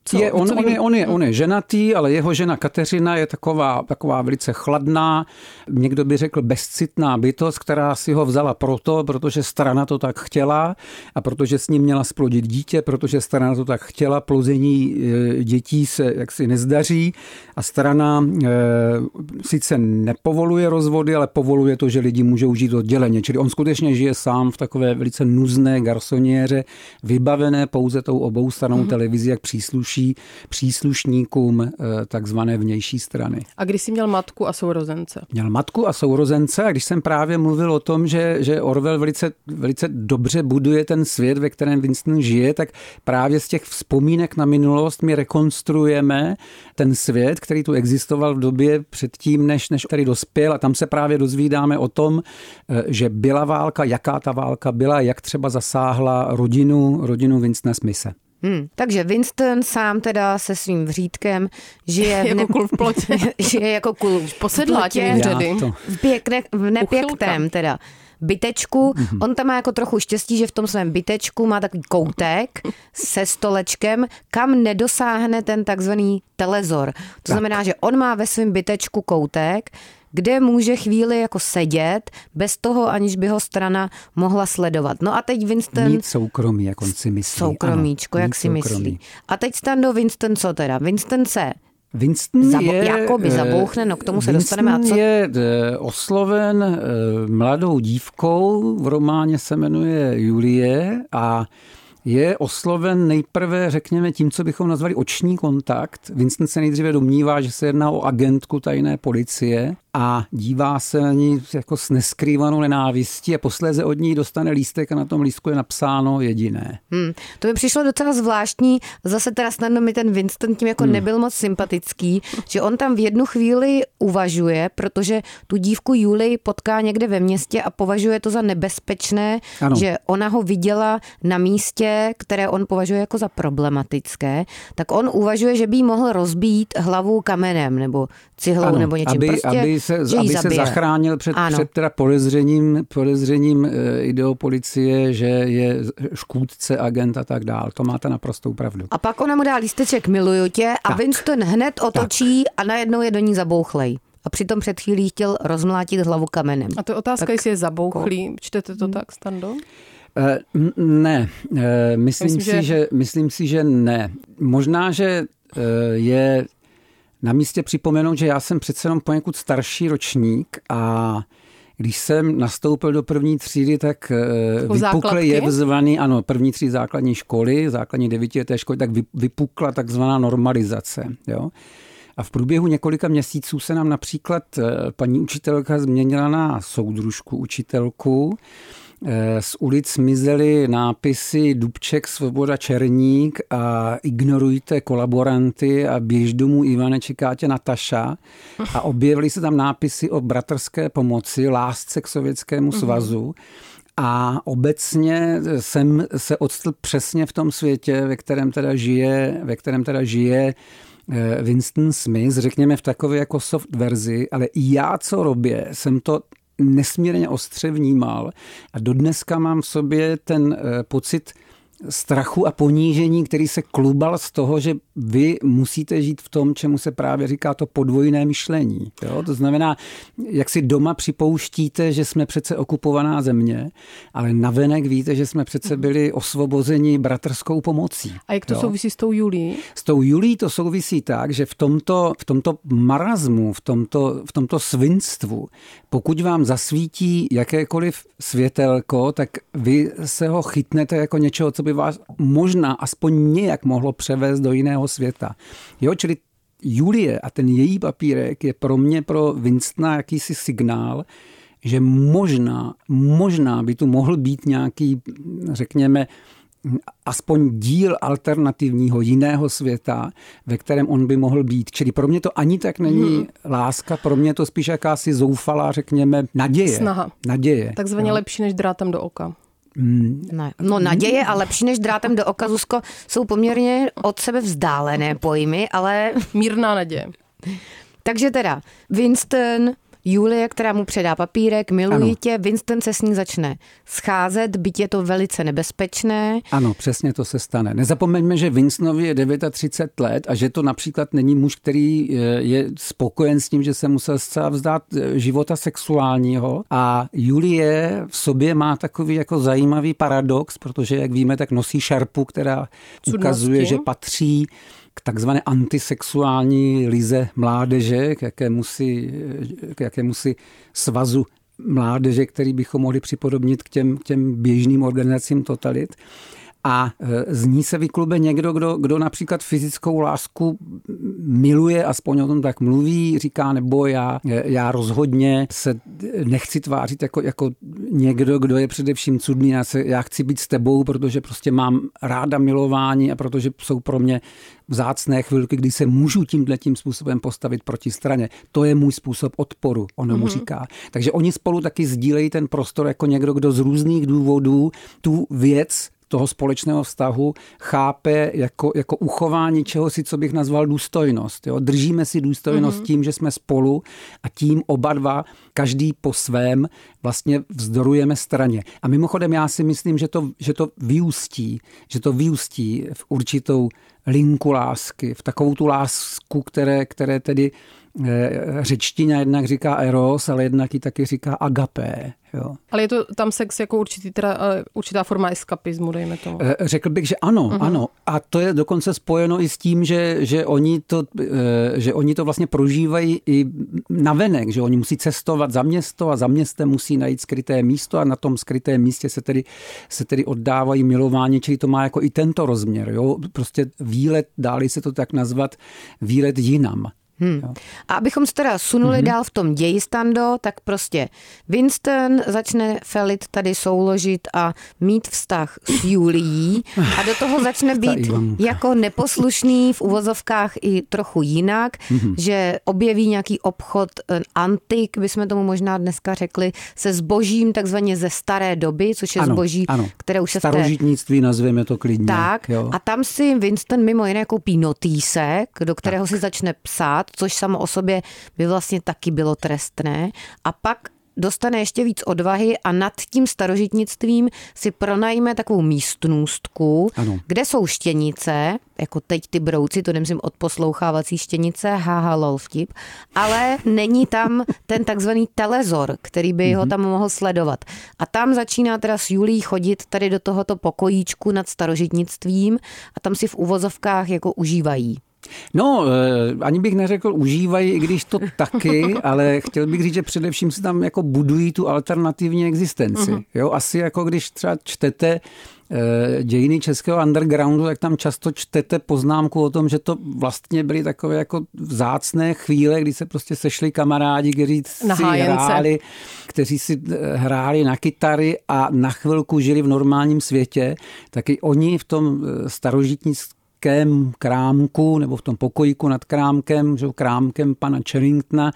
Co?
Je, on,
co
on, je, on, je, on je ženatý, ale jeho žena Kateřina je taková, taková velice chladná, někdo by řekl bezcitná bytost, která si ho vzala proto, protože strana to tak chtěla a protože s ním měla splodit dítě, protože strana to tak chtěla, plození dětí se jaksi nezdaří a strana e, sice nepovoluje rozvody, ale povoluje to, že lidi můžou žít odděleně. Čili on skutečně žije sám v takové velice nuzné garsoniéře, vybavené pouze tou oboustrannou mm-hmm. televizí, jak přísluší příslušníkům takzvané vnější strany.
A když jsi měl matku a sourozence?
Měl matku a sourozence a když jsem právě mluvil o tom, že, že Orwell velice, velice dobře buduje ten svět, ve kterém Winston žije, tak právě z těch vzpomínek na minulost my rekonstruujeme ten svět, který tu existoval v době předtím, než, než tady dospěl a tam se právě dozvídáme o tom, že byla válka, jaká ta válka byla, jak třeba zasáhla rodinu, rodinu Winstona Smithe.
Hmm. Takže Winston sám teda se svým vřídkem žije v, ne...
jako kul v plotě.
žije jako kul v
plotě.
V, pěkne... v nepěkném teda bytečku. Mm-hmm. On tam má jako trochu štěstí, že v tom svém bytečku má takový koutek se stolečkem, kam nedosáhne ten takzvaný telezor. To tak. znamená, že on má ve svém bytečku koutek, kde může chvíli jako sedět, bez toho, aniž by ho strana mohla sledovat. No a teď Winston...
Mít soukromí, jak on si myslí.
Soukromíčko, ano, jak si soukromí. myslí. A teď Stando, Winston co teda? Winston se
Winston
Zabo-
je...
Jakoby zabouchne, no k tomu se
Winston
dostaneme. A co?
je osloven mladou dívkou, v románě se jmenuje Julie a je osloven nejprve, řekněme, tím, co bychom nazvali oční kontakt. Winston se nejdříve domnívá, že se jedná o agentku tajné policie a dívá se na ní jako s neskrývanou nenávistí a posléze od ní dostane lístek a na tom lístku je napsáno jediné.
Hmm, to mi přišlo docela zvláštní. Zase teda snadno mi ten Winston tím jako hmm. nebyl moc sympatický, že on tam v jednu chvíli uvažuje, protože tu dívku Julii potká někde ve městě a považuje to za nebezpečné, ano. že ona ho viděla na místě, které on považuje jako za problematické, tak on uvažuje, že by jí mohl rozbít hlavu kamenem nebo cihlou ano, nebo něčím.
Aby,
prostě,
aby se, aby se zachránil před, před teda podezřením, podezřením ideopolicie, že je škůdce, agent a tak dál. To máte naprostou pravdu.
A pak ona mu dá lísteček miluju tě a tak. Winston hned otočí tak. a najednou je do ní zabouchlej. A přitom před chvílí chtěl rozmlátit hlavu kamenem.
A to je otázka, tak, jestli je zabouchlý. Čtete to hmm. tak, Stando?
Ne, myslím, myslím, si, že... Že, myslím si, že ne. Možná, že je na místě připomenout, že já jsem přece jenom poněkud starší ročník a když jsem nastoupil do první třídy, tak vypukl jev zvaný, ano, první třídy základní školy, základní devítileté školy, tak vypukla takzvaná normalizace, jo. A v průběhu několika měsíců se nám například paní učitelka změnila na soudružku učitelku. Z ulic zmizely nápisy Dubček, Svoboda, Černík a ignorujte kolaboranty a běž domů Ivane, čeká tě Nataša. A objevily se tam nápisy o bratrské pomoci, lásce k Sovětskému svazu. A obecně jsem se odstl přesně v tom světě, ve kterém teda žije, ve kterém teda žije Winston Smith, řekněme v takové jako soft verzi, ale i já, co robě, jsem to nesmírně ostře vnímal a dodneska mám v sobě ten pocit strachu a ponížení, který se klubal z toho, že vy musíte žít v tom, čemu se právě říká to podvojné myšlení. Jo? To znamená, jak si doma připouštíte, že jsme přece okupovaná země, ale navenek víte, že jsme přece byli osvobozeni bratrskou pomocí.
A jak to
jo?
souvisí s tou Julií?
S tou Julií to souvisí tak, že v tomto, v tomto marazmu, v tomto, v tomto svinstvu, pokud vám zasvítí jakékoliv světelko, tak vy se ho chytnete jako něčeho, co by vás možná aspoň nějak mohlo převést do jiného světa. Jo, čili Julie a ten její papírek je pro mě, pro Winstona jakýsi signál, že možná, možná by tu mohl být nějaký, řekněme, aspoň díl alternativního jiného světa, ve kterém on by mohl být. Čili pro mě to ani tak není hmm. láska, pro mě to spíš jakási zoufalá, řekněme, naděje.
Snaha.
Naděje.
Takzvaně jo. Lepší než drátem do oka.
Ne. No naděje a lepší než drátem do oka, Zuzko, jsou poměrně od sebe vzdálené pojmy, ale...
Mírná naděje.
Takže teda Winston, Julie, která mu předá papírek, miluji
ano.
tě, Winston se s ní začne scházet, byť je to velice nebezpečné.
Ano, přesně to se stane. Nezapomeňme, že Winstonovi je třicet devět let a že to například není muž, který je spokojen s tím, že se musel zcela vzdát života sexuálního, a Julie v sobě má takový jako zajímavý paradox, protože jak víme, tak nosí šarpu, která
Cudnosti.
Ukazuje, že patří k takzvané antisexuální lize mládeže, k jakému si, k jakému si svazu mládeže, který bychom mohli připodobnit k těm, k těm běžným organizacím totalit. A z ní se vyklube někdo, kdo, kdo například fyzickou lásku miluje, aspoň o tom tak mluví, říká, nebo já, já rozhodně se nechci tvářit jako, jako někdo, kdo je především cudný, já, se, já chci být s tebou, protože prostě mám ráda milování a protože jsou pro mě vzácné chvilky, kdy se můžu tímhletím způsobem postavit proti straně. To je můj způsob odporu, ona mm-hmm. mu říká. Takže oni spolu taky sdílejí ten prostor jako někdo, kdo z různých důvodů tu věc toho společného vztahu chápe jako, jako uchování čehosi, co bych nazval důstojnost. Jo? Držíme si důstojnost mm-hmm. tím, že jsme spolu a tím oba dva, každý po svém, vlastně vzdorujeme straně. A mimochodem já si myslím, že to, že to vyústí, že to vyústí v určitou linku lásky, v takovou tu lásku, které, které tedy řečtina jednak říká eros, ale jednak ji taky říká agapé. Jo.
Ale je to tam sex jako určitý, teda, určitá forma eskapismu, dejme tomu.
Řekl bych, že ano, uh-huh. ano. A to je dokonce spojeno i s tím, že, že, oni to, že oni to vlastně prožívají i navenek, že oni musí cestovat za město a za městem musí najít skryté místo a na tom skrytém místě se tedy, se tedy oddávají milování, čili to má jako i tento rozměr. Jo? Prostě výlet, dáli se to tak nazvat, výlet jinam.
Hmm. A abychom se teda sunuli mm-hmm. dál v tom ději, Stando, tak prostě Winston začne Felit tady souložit a mít vztah s Julií a do toho začne být jako neposlušný v uvozovkách i trochu jinak, mm-hmm. že objeví nějaký obchod antik, bychom tomu možná dneska řekli, se zbožím takzvaně ze staré doby, což je ano, zboží, ano. které už se v té...
starožitnictví, nazveme to klidně.
Tak,
jo. A
tam si Winston mimo jiné koupí notýsek, do kterého tak. si začne psát, což samo o sobě by vlastně taky bylo trestné. A pak dostane ještě víc odvahy a nad tím starožitnictvím si pronajme takovou místnůstku, ano. kde jsou štěnice, jako teď ty brouci, to nemyslím odposlouchávací štěnice, haha lol vtip, ale není tam ten takzvaný telezor, který by mm-hmm. ho tam mohl sledovat. A tam začíná teda s Julií chodit tady do tohoto pokojíčku nad starožitnictvím a tam si v uvozovkách jako užívají.
No, ani bych neřekl užívají, i když to taky, ale chtěl bych říct, že především si tam jako budují tu alternativní existenci. Uh-huh. Jo, asi jako když třeba čtete dějiny českého undergroundu, tak tam často čtete poznámku o tom, že to vlastně byly takové jako vzácné chvíle, kdy se prostě sešli kamarádi, kteří si hráli, kteří si hráli na kytary a na chvilku žili v normálním světě, tak i oni v tom starožitnictví krámku nebo v tom pokojíku nad krámkem, že krámkem pana Charringtona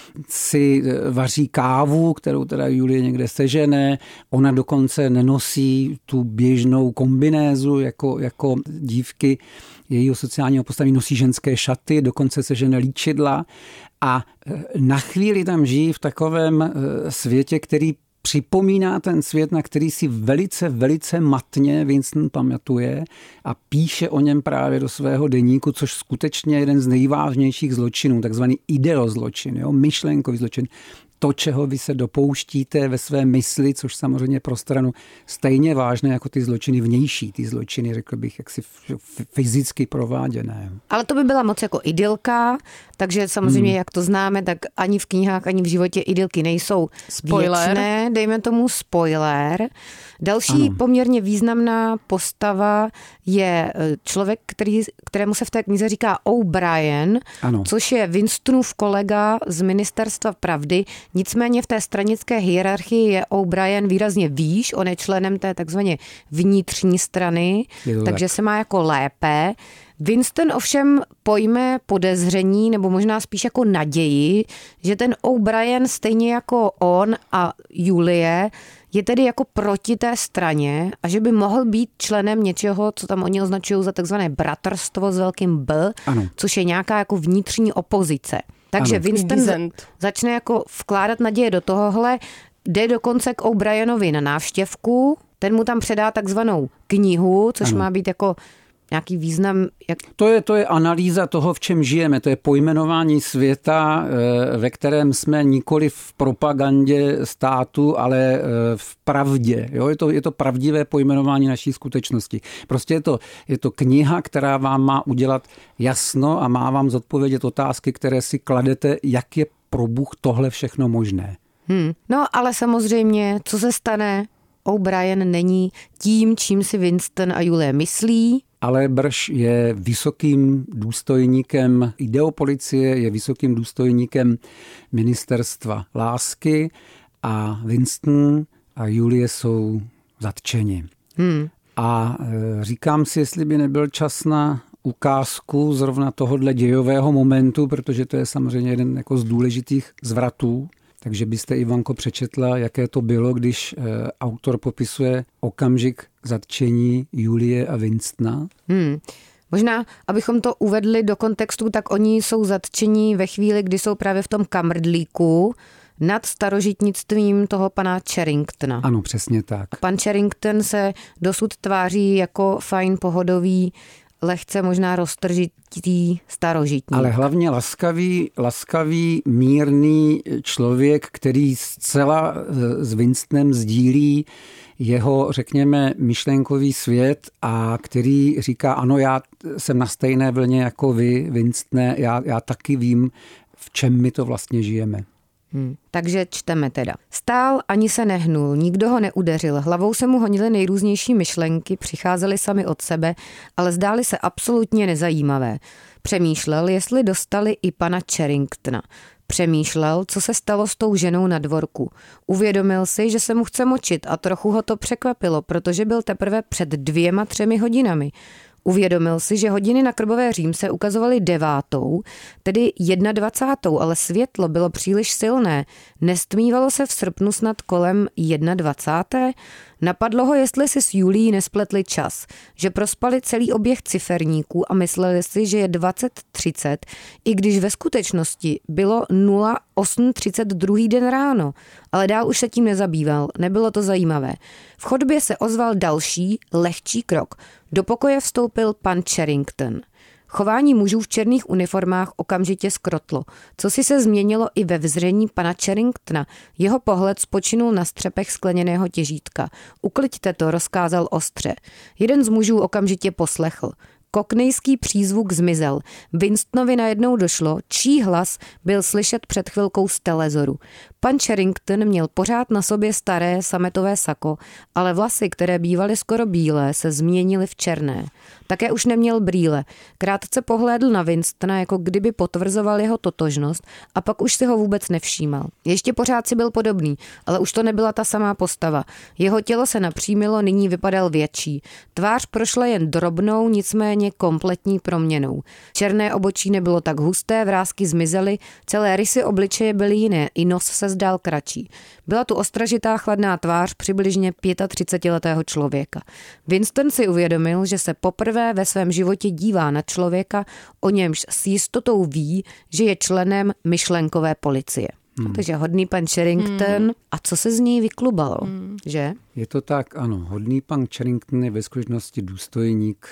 si vaří kávu, kterou teda Julie někde sežene. Ona dokonce nenosí tu běžnou kombinézu jako, jako dívky jejího sociálního postavení, nosí ženské šaty, dokonce sežene líčidla a na chvíli tam žijí v takovém světě, který připomíná ten svět, na který si velice, velice matně Winston pamatuje a píše o něm právě do svého deníku, což skutečně je jeden z nejvážnějších zločinů, takzvaný ideozločin, jo, myšlenkový zločin. To, čeho vy se dopouštíte ve své mysli, což samozřejmě pro stranu stejně vážné jako ty zločiny vnější, ty zločiny, řekl bych, jaksi fyzicky prováděné.
Ale to by byla moc jako idylka, takže samozřejmě, hmm. jak to známe, tak ani v knihách, ani v životě idylky nejsou
spoiler.
Věčné, dejme tomu spoiler. Další ano. poměrně významná postava je člověk, který, kterému se v té knize říká O'Brien, ano. což je Winstonův kolega z Ministerstva pravdy. Nicméně v té stranické hierarchii je O'Brien výrazně výš, on je členem té takzvaně vnitřní strany, takže tak. se má jako lépe. Winston ovšem pojme podezření, nebo možná spíš jako naději, že ten O'Brien stejně jako on a Julie je tedy jako proti té straně a že by mohl být členem něčeho, co tam oni označují za takzvané bratrstvo s velkým B, ano. což je nějaká jako vnitřní opozice. Takže
ano.
Winston
Vincent.
začne jako vkládat naděje do tohohle, jde dokonce k O'Brienovi na návštěvku, ten mu tam předá takzvanou knihu, což ano. má být jako nějaký význam. Jak...
To je, to je analýza toho, v čem žijeme. To je pojmenování světa, ve kterém jsme nikoli v propagandě státu, ale v pravdě. Jo? Je to, je to pravdivé pojmenování naší skutečnosti. Prostě je to, je to kniha, která vám má udělat jasno a má vám zodpovědět otázky, které si kladete, jak je pro Bůh tohle všechno možné.
Hmm. No ale samozřejmě, co se stane? O'Brien není tím, čím si Winston a Julie myslí.
Ale Brž je vysokým důstojníkem ideopolicie, je vysokým důstojníkem ministerstva lásky a Winston a Julie jsou zatčeni. Hmm. A říkám si, jestli by nebyl čas na ukázku zrovna tohohle dějového momentu, protože to je samozřejmě jeden jako z důležitých zvratů. Takže byste, Ivanko, přečetla, jaké to bylo, když e, autor popisuje okamžik zatčení Julie a Winstona.
Hmm. Možná, abychom to uvedli do kontextu, tak oni jsou zatčení ve chvíli, kdy jsou právě v tom kamrdlíku nad starožitnictvím toho pana Charringtona.
Ano, přesně tak.
A pan Charrington se dosud tváří jako fajn, pohodový, lehce možná roztržitý starožitník.
Ale hlavně laskavý, laskavý, mírný člověk, který zcela s Winstonem sdílí jeho, řekněme, myšlenkový svět a který říká, ano, já jsem na stejné vlně jako vy, Winstone, já, já taky vím, v čem my to vlastně žijeme.
Hmm. Takže čteme teda. Stál, ani se nehnul, nikdo ho neudeřil, hlavou se mu honily nejrůznější myšlenky, přicházely sami od sebe, ale zdály se absolutně nezajímavé. Přemýšlel, jestli dostali i pana Charringtona. Přemýšlel, co se stalo s tou ženou na dvorku. Uvědomil si, že se mu chce močit a trochu ho to překvapilo, protože byl teprve před dvěma, třemi hodinami. Uvědomil si, že hodiny na Krbové římse ukazovaly devátou, tedy jednadvacátou, ale světlo bylo příliš silné. Nestmívalo se v srpnu snad kolem jednadvacáté? Napadlo ho, jestli si s Julií nespletli čas, že prospali celý oběh ciferníků a mysleli si, že je dvacet třicet, i když ve skutečnosti bylo nula osm třicet druhý den ráno, ale dál už se tím nezabýval, nebylo to zajímavé. V chodbě se ozval další, lehčí krok. Do pokoje vstoupil pan Charrington. Chování mužů v černých uniformách okamžitě skrotlo. Co si se změnilo i ve vzření pana Charringtona. Jeho pohled spočinul na střepech skleněného těžítka. Ukliďte to, rozkázal ostře. Jeden z mužů okamžitě poslechl. Koknejský přízvuk zmizel. Winstonovi najednou došlo, čí hlas byl slyšet před chvilkou z telezoru. Pan Charrington měl pořád na sobě staré sametové sako, ale vlasy, které bývaly skoro bílé, se změnily v černé. Také už neměl brýle. Krátce pohlédl na Winstona, jako kdyby potvrzoval jeho totožnost, a pak už si ho vůbec nevšímal. Ještě pořád si byl podobný, ale už to nebyla ta samá postava. Jeho tělo se napřímilo, nyní vypadal větší. Tvář prošla jen drobnou, nicméně kompletní proměnou. Černé obočí nebylo tak husté, vrásky zmizely, celé rysy obličeje byly jiné, i nos se zdál kratší. Byla tu ostražitá chladná tvář přibližně třicetiletého člověka. Winston si uvědomil, že se poprvé ve svém životě dívá na člověka, o němž s jistotou ví, že je členem myšlenkové policie. Hmm. Takže hodný pan Charrington. Hmm. A co se z něj vyklubalo, hmm. že?
Je to tak, ano. Hodný pan Charrington je ve skutečnosti důstojník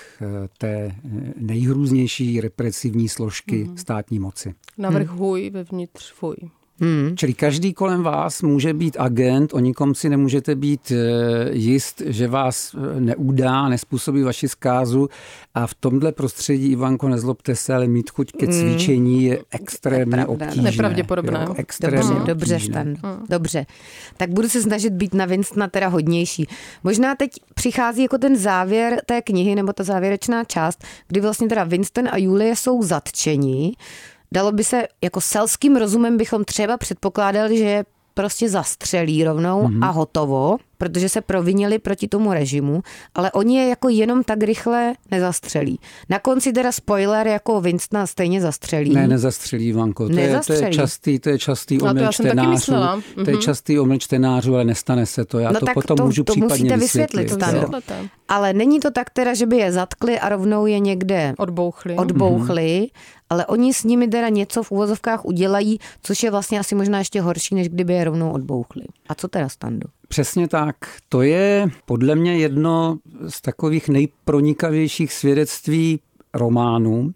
té nejhrůznější represivní složky hmm. státní moci.
Navrch hmm. huj, vevnitř fuj.
Hmm. Čili každý kolem vás může být agent, o nikom si nemůžete být jist, že vás neudá, nespůsobí vaši zkázu, a v tomhle prostředí, Ivanko, nezlobte se, ale mít chuť ke cvičení je extrémně je obtížné.
Nepravděpodobné.
Jo, extrémně
dobře, dobře, Stan. Hmm. Dobře. Tak budu se snažit být na Winstona teda hodnější. Možná teď přichází jako ten závěr té knihy, nebo ta závěrečná část, kdy vlastně teda Winston a Julie jsou zatčeni. Dalo by se, jako selským rozumem bychom třeba předpokládali, že je prostě zastřelí rovnou mm-hmm. a hotovo. protože se provinili proti tomu režimu, ale oni je jako jenom tak rychle nezastřelí. Na konci teda spoiler, jako Winstona stejně zastřelí.
Ne, nezastřelí, Vanko. To, je, to je častý, to je častý omyl čtenářů. To je častý omyl čtenářů, ale nestane se to. Já
no
to
tak
potom
to,
můžu
to
případně vysvětlit.
vysvětlit ale není to tak teda, že by je zatkli a rovnou je někde
odbouchli.
odbouchli mm-hmm. Ale oni s nimi teda něco v úvozovkách udělají, což je vlastně asi možná ještě horší, než kdyby je rovnou odbouchli. A co teda, Stando?
Přesně tak. To je podle mě jedno z takových nejpronikavějších svědectví románů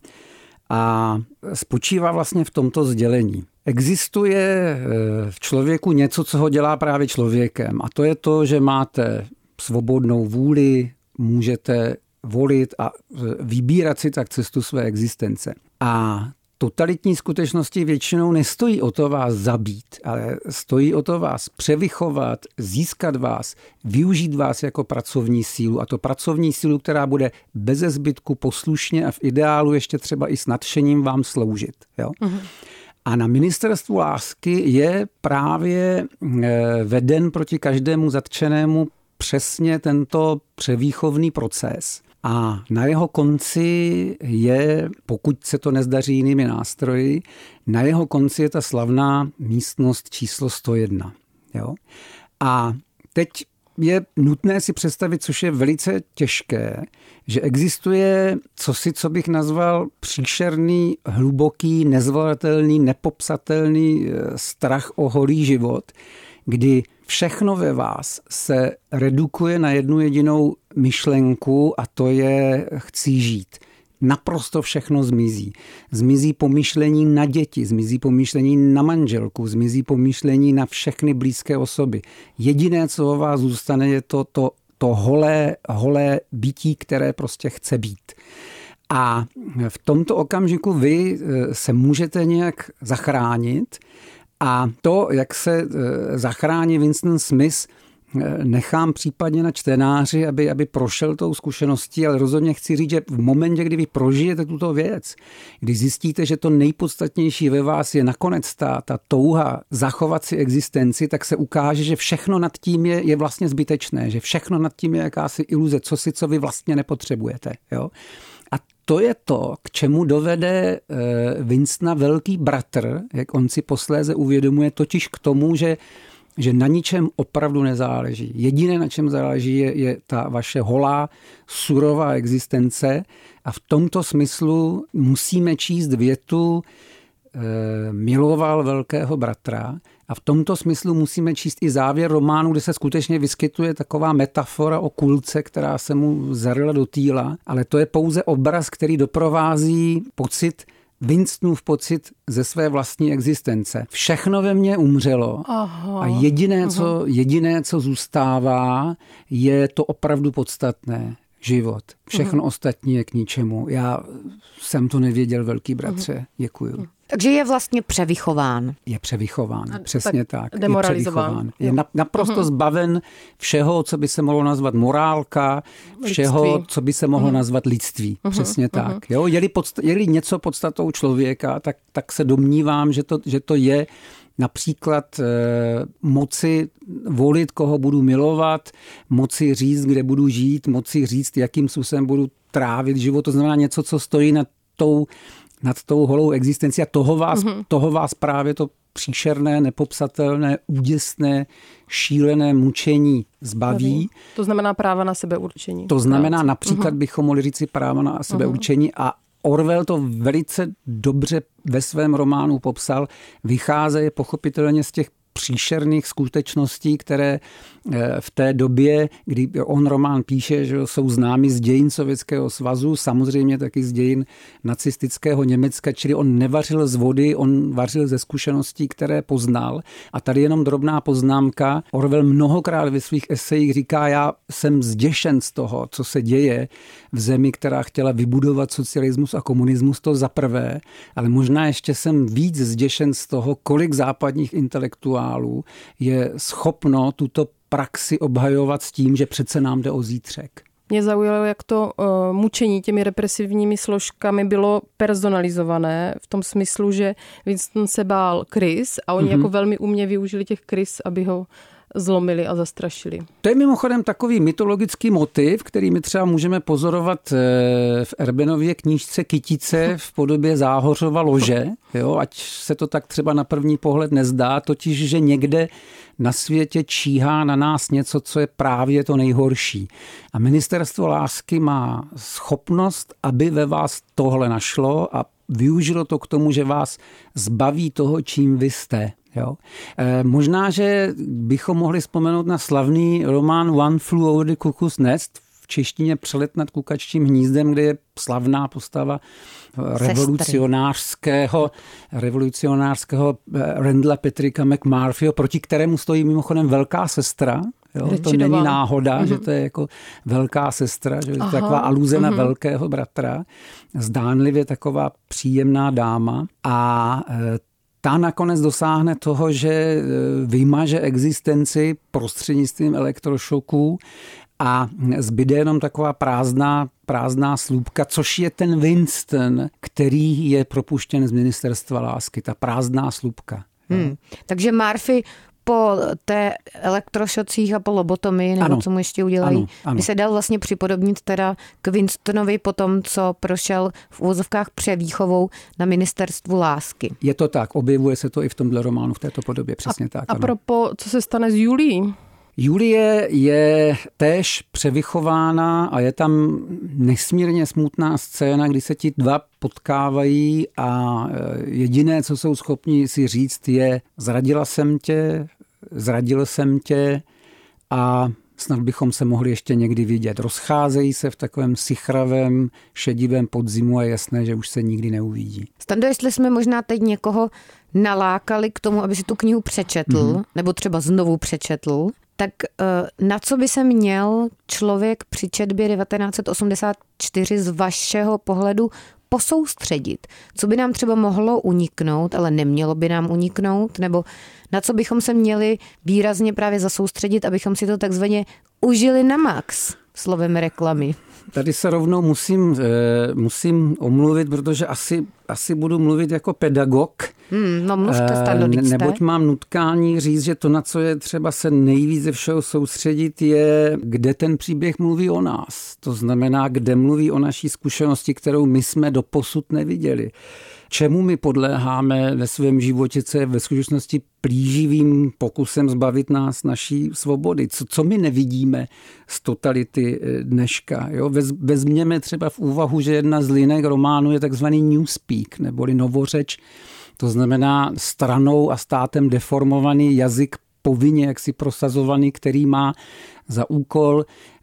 a spočívá vlastně v tomto sdělení. Existuje v člověku něco, co ho dělá právě člověkem, a to je to, že máte svobodnou vůli, můžete volit a vybírat si tak cestu své existence. A totalitní skutečnosti většinou nestojí o to vás zabít, ale stojí o to vás převychovat, získat vás, využít vás jako pracovní sílu. A to pracovní sílu, která bude beze zbytku poslušně a v ideálu ještě třeba i s nadšením vám sloužit. Jo? Uh-huh. A na ministerstvu lásky je právě veden proti každému zatčenému přesně tento převýchovný proces. A na jeho konci je, pokud se to nezdaří jinými nástroji, na jeho konci je ta slavná místnost číslo sto jedna. Jo? A teď je nutné si představit, což je velice těžké, že existuje cosi, co bych nazval příšerný, hluboký, nezvladatelný, nepopsatelný strach o holý život, kdy všechno ve vás se redukuje na jednu jedinou myšlenku a to je chci žít. Naprosto všechno zmizí. Zmizí pomyšlení na děti, zmizí pomyšlení na manželku, zmizí pomyšlení na všechny blízké osoby. Jediné, co o vás zůstane, je to, to, to holé, holé bytí, které prostě chce být. A v tomto okamžiku vy se můžete nějak zachránit. A to, jak se zachrání Winston Smith, nechám případně na čtenáři, aby, aby prošel tou zkušeností, ale rozhodně chci říct, že v momentě, kdy vy prožijete tuto věc, když zjistíte, že to nejpodstatnější ve vás je nakonec ta, ta touha zachovat si existenci, tak se ukáže, že všechno nad tím je, je vlastně zbytečné, že všechno nad tím je jakási iluze, co si, co vy vlastně nepotřebujete. Jo? A to je to, k čemu dovede Winstona velký bratr, jak on si posléze uvědomuje, totiž k tomu, že, že na ničem opravdu nezáleží. Jediné, na čem záleží, je, je ta vaše holá, surová existence a v tomto smyslu musíme číst větu e, miloval velkého bratra. A v tomto smyslu musíme číst i závěr románu, kde se skutečně vyskytuje taková metafora o kulce, která se mu zaryla do týla, ale to je pouze obraz, který doprovází pocit, Winstonův pocit ze své vlastní existence. Všechno ve mně umřelo. Aha. A jediné co, jediné, co zůstává, je to opravdu podstatné. Život. Všechno Aha. ostatní je k ničemu. Já jsem to nevěděl, velký bratře. Aha. Děkuju.
Takže je vlastně převychován.
Je převychován, a přesně tak. tak.
Demoralizován.
Je, je na, naprosto uh-huh. zbaven všeho, co by se mohlo nazvat morálka, všeho, lidství. Co by se mohlo uh-huh. nazvat lidství. Uh-huh. Přesně uh-huh. tak. Jo? Je-li, podst- je-li něco podstatou člověka, tak, tak se domnívám, že to, že to je například e, moci volit, koho budu milovat, moci říct, kde budu žít, moci říct, jakým způsobem budu trávit život. To znamená něco, co stojí nad tou nad tou holou existencí a toho vás, mm-hmm. toho vás právě to příšerné, nepopsatelné, úděsné, šílené mučení zbaví.
To znamená práva na sebeurčení.
To znamená například, mm-hmm. bychom mohli říct si práva na sebeurčení a Orwell to velice dobře ve svém románu popsal. Vycházeje pochopitelně z těch příšerných skutečností, které v té době, kdy on román píše, že jsou známy z dějin Sovětského svazu, samozřejmě taky z dějin nacistického Německa, čili on nevařil z vody, on vařil ze zkušeností, které poznal. A tady jenom drobná poznámka. Orwell mnohokrát ve svých esejích říká, já jsem zděšen z toho, co se děje v zemi, která chtěla vybudovat socialismus a komunismus, to za prvé, ale možná ještě jsem víc zděšen z toho, kolik západních intelektuálů je schopno tuto praxi obhajovat s tím, že přece nám jde o zítřek.
Mě zaujalo, jak to uh, mučení těmi represivními složkami bylo personalizované v tom smyslu, že Winston se bál krys a oni mm-hmm. jako velmi umně využili těch krys, aby ho zlomili a zastrašili.
To je mimochodem takový mytologický motiv, který my třeba můžeme pozorovat v Erbenově knížce Kytice v podobě Záhořova lože, jo, ať se to tak třeba na první pohled nezdá, totiž, že někde na světě číhá na nás něco, co je právě to nejhorší. A ministerstvo lásky má schopnost, aby ve vás tohle našlo a využilo to k tomu, že vás zbaví toho, čím vy jste. Jo. E, možná, že bychom mohli vzpomenout na slavný román One Flew Over the Cuckoo's Nest, v češtině Přelet nad kukaččím hnízdem, kde je slavná postava revolucionářského, revolucionářského Randalla Patricka McMurphyho, proti kterému stojí mimochodem velká sestra. Jo, to není náhoda, mm-hmm. že to je jako velká sestra, že je to taková aluze mm-hmm. na velkého bratra. Zdánlivě taková příjemná dáma. A ta nakonec dosáhne toho, že vymaže existenci prostřednictvím elektrošoků a zbyde jenom taková prázdná, prázdná slůbka, což je ten Winston, který je propuštěn z ministerstva lásky. Ta prázdná slůbka.
Hmm. Takže Murphy po té elektrošocích a po lobotomii, nebo ano. co mu ještě udělají, ano, ano. by se dal vlastně připodobnit teda k Winstonovi po tom, co prošel v úvozovkách převýchovou na ministerstvu lásky.
Je to tak, objevuje se to i v tomhle románu v této podobě, přesně
a,
tak.
A propos, co se stane s Julií?
Julie je též převychována a je tam nesmírně smutná scéna, kdy se ti dva potkávají a jediné, co jsou schopni si říct, je zradila jsem tě, zradil jsem tě a snad bychom se mohli ještě někdy vidět. Rozcházejí se v takovém sichravém, šedivém podzimu a je jasné, že už se nikdy neuvidí.
Stando, jestli jsme možná teď někoho nalákali k tomu, aby si tu knihu přečetl, mm-hmm. nebo třeba znovu přečetl, tak na co by se měl člověk při četbě devatenáct set osmdesát čtyři z vašeho pohledu posoustředit? Co by nám třeba mohlo uniknout, ale nemělo by nám uniknout? Nebo na co bychom se měli výrazně právě zasoustředit, abychom si to takzvaně užili na max, slovem reklamy?
Tady se rovnou musím, musím omluvit, protože asi, asi budu mluvit jako pedagog.
Hmm, no mluvte, Stando,
ne, neboť mám nutkání říct, že to, na co je třeba se nejvíc ze všeho soustředit, je, kde ten příběh mluví o nás. To znamená, kde mluví o naší zkušenosti, kterou my jsme doposud neviděli. Čemu my podléháme ve svém životě, co je ve skutečnosti plíživým pokusem zbavit nás naší svobody. Co, co my nevidíme z totality dneška. Jo? Vez, vezměme třeba v úvahu, že jedna z linek románu je takzvaný newspeak, neboli novořeč. To znamená stranou a státem deformovaný jazyk povinně jaksi prosazovaný, který má za úkol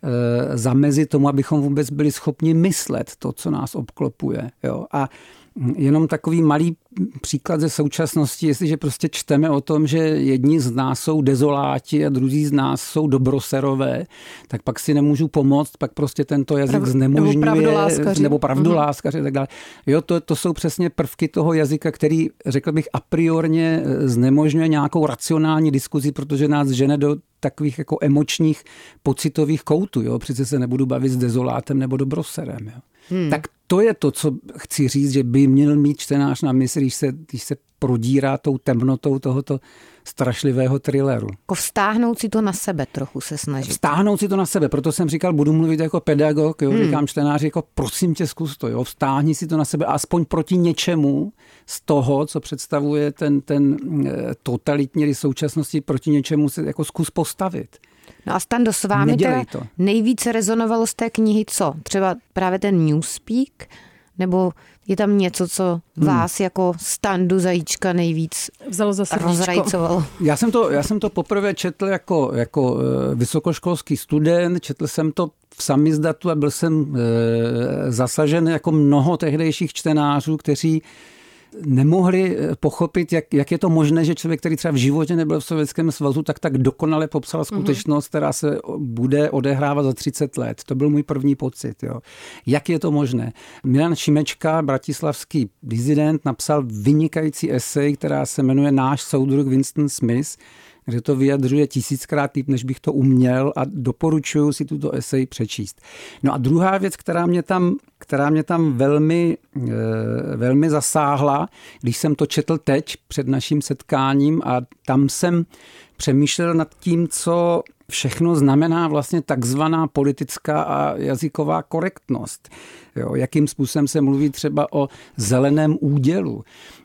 e, zamezit tomu, abychom vůbec byli schopni myslet to, co nás obklopuje. Jo? A jenom takový malý příklad ze současnosti, jestliže prostě čteme o tom, že jedni z nás jsou dezoláti a druzí z nás jsou dobroserové, tak pak si nemůžu pomoct, pak prostě tento jazyk Prav, znemožňuje, nebo pravdoláskaři, nebo pravdoláskaři a tak dále. Jo, to, to jsou přesně prvky toho jazyka, který, řekl bych, a priorně znemožňuje nějakou racionální diskuzi, protože nás žene do takových jako emočních, pocitových koutů. Jo? Přece se nebudu bavit s dezolátem nebo dobroserem. Jo? Hmm. Tak to je to, co chci říct, že by měl mít čtenář na mysli, když se, když se prodírá tou temnotou tohoto strašlivého thrilleru.
Jako vztáhnout si to na sebe trochu se snažit.
Vztáhnout si to na sebe, proto jsem říkal, budu mluvit jako pedagog, jo, hmm. říkám čtenáři, jako prosím tě, zkus to, jo, vztáhni si to na sebe, aspoň proti něčemu z toho, co představuje ten, ten totalitní současnosti, proti něčemu se jako zkus postavit.
No a Stando, s vámi teda nejvíce rezonovalo z té knihy co? Třeba právě ten newspeak? Nebo je tam něco, co vás hmm. jako Standu Zajíčka nejvíc vzalo za rozrajcovalo?
Já jsem to, já jsem to poprvé četl jako, jako vysokoškolský student, četl jsem to v samizdatu a byl jsem e, zasažen jako mnoho tehdejších čtenářů, kteří nemohli pochopit, jak, jak je to možné, že člověk, který třeba v životě nebyl v Sovětském svazu, tak tak dokonale popsal skutečnost, která se bude odehrávat za třicet let. To byl můj první pocit. Jo. Jak je to možné? Milan Šimečka, bratislavský disident, napsal vynikající esej, která se jmenuje Náš soudruh Winston Smith, kde to vyjadřuje tisíckrát líp, než bych to uměl a doporučuji si tuto esej přečíst. No a druhá věc, která mě tam, která mě tam velmi, velmi zasáhla, když jsem to četl teď před naším setkáním a tam jsem přemýšlel nad tím, co všechno znamená vlastně takzvaná politická a jazyková korektnost. Jo, jakým způsobem se mluví třeba o zeleném údělu.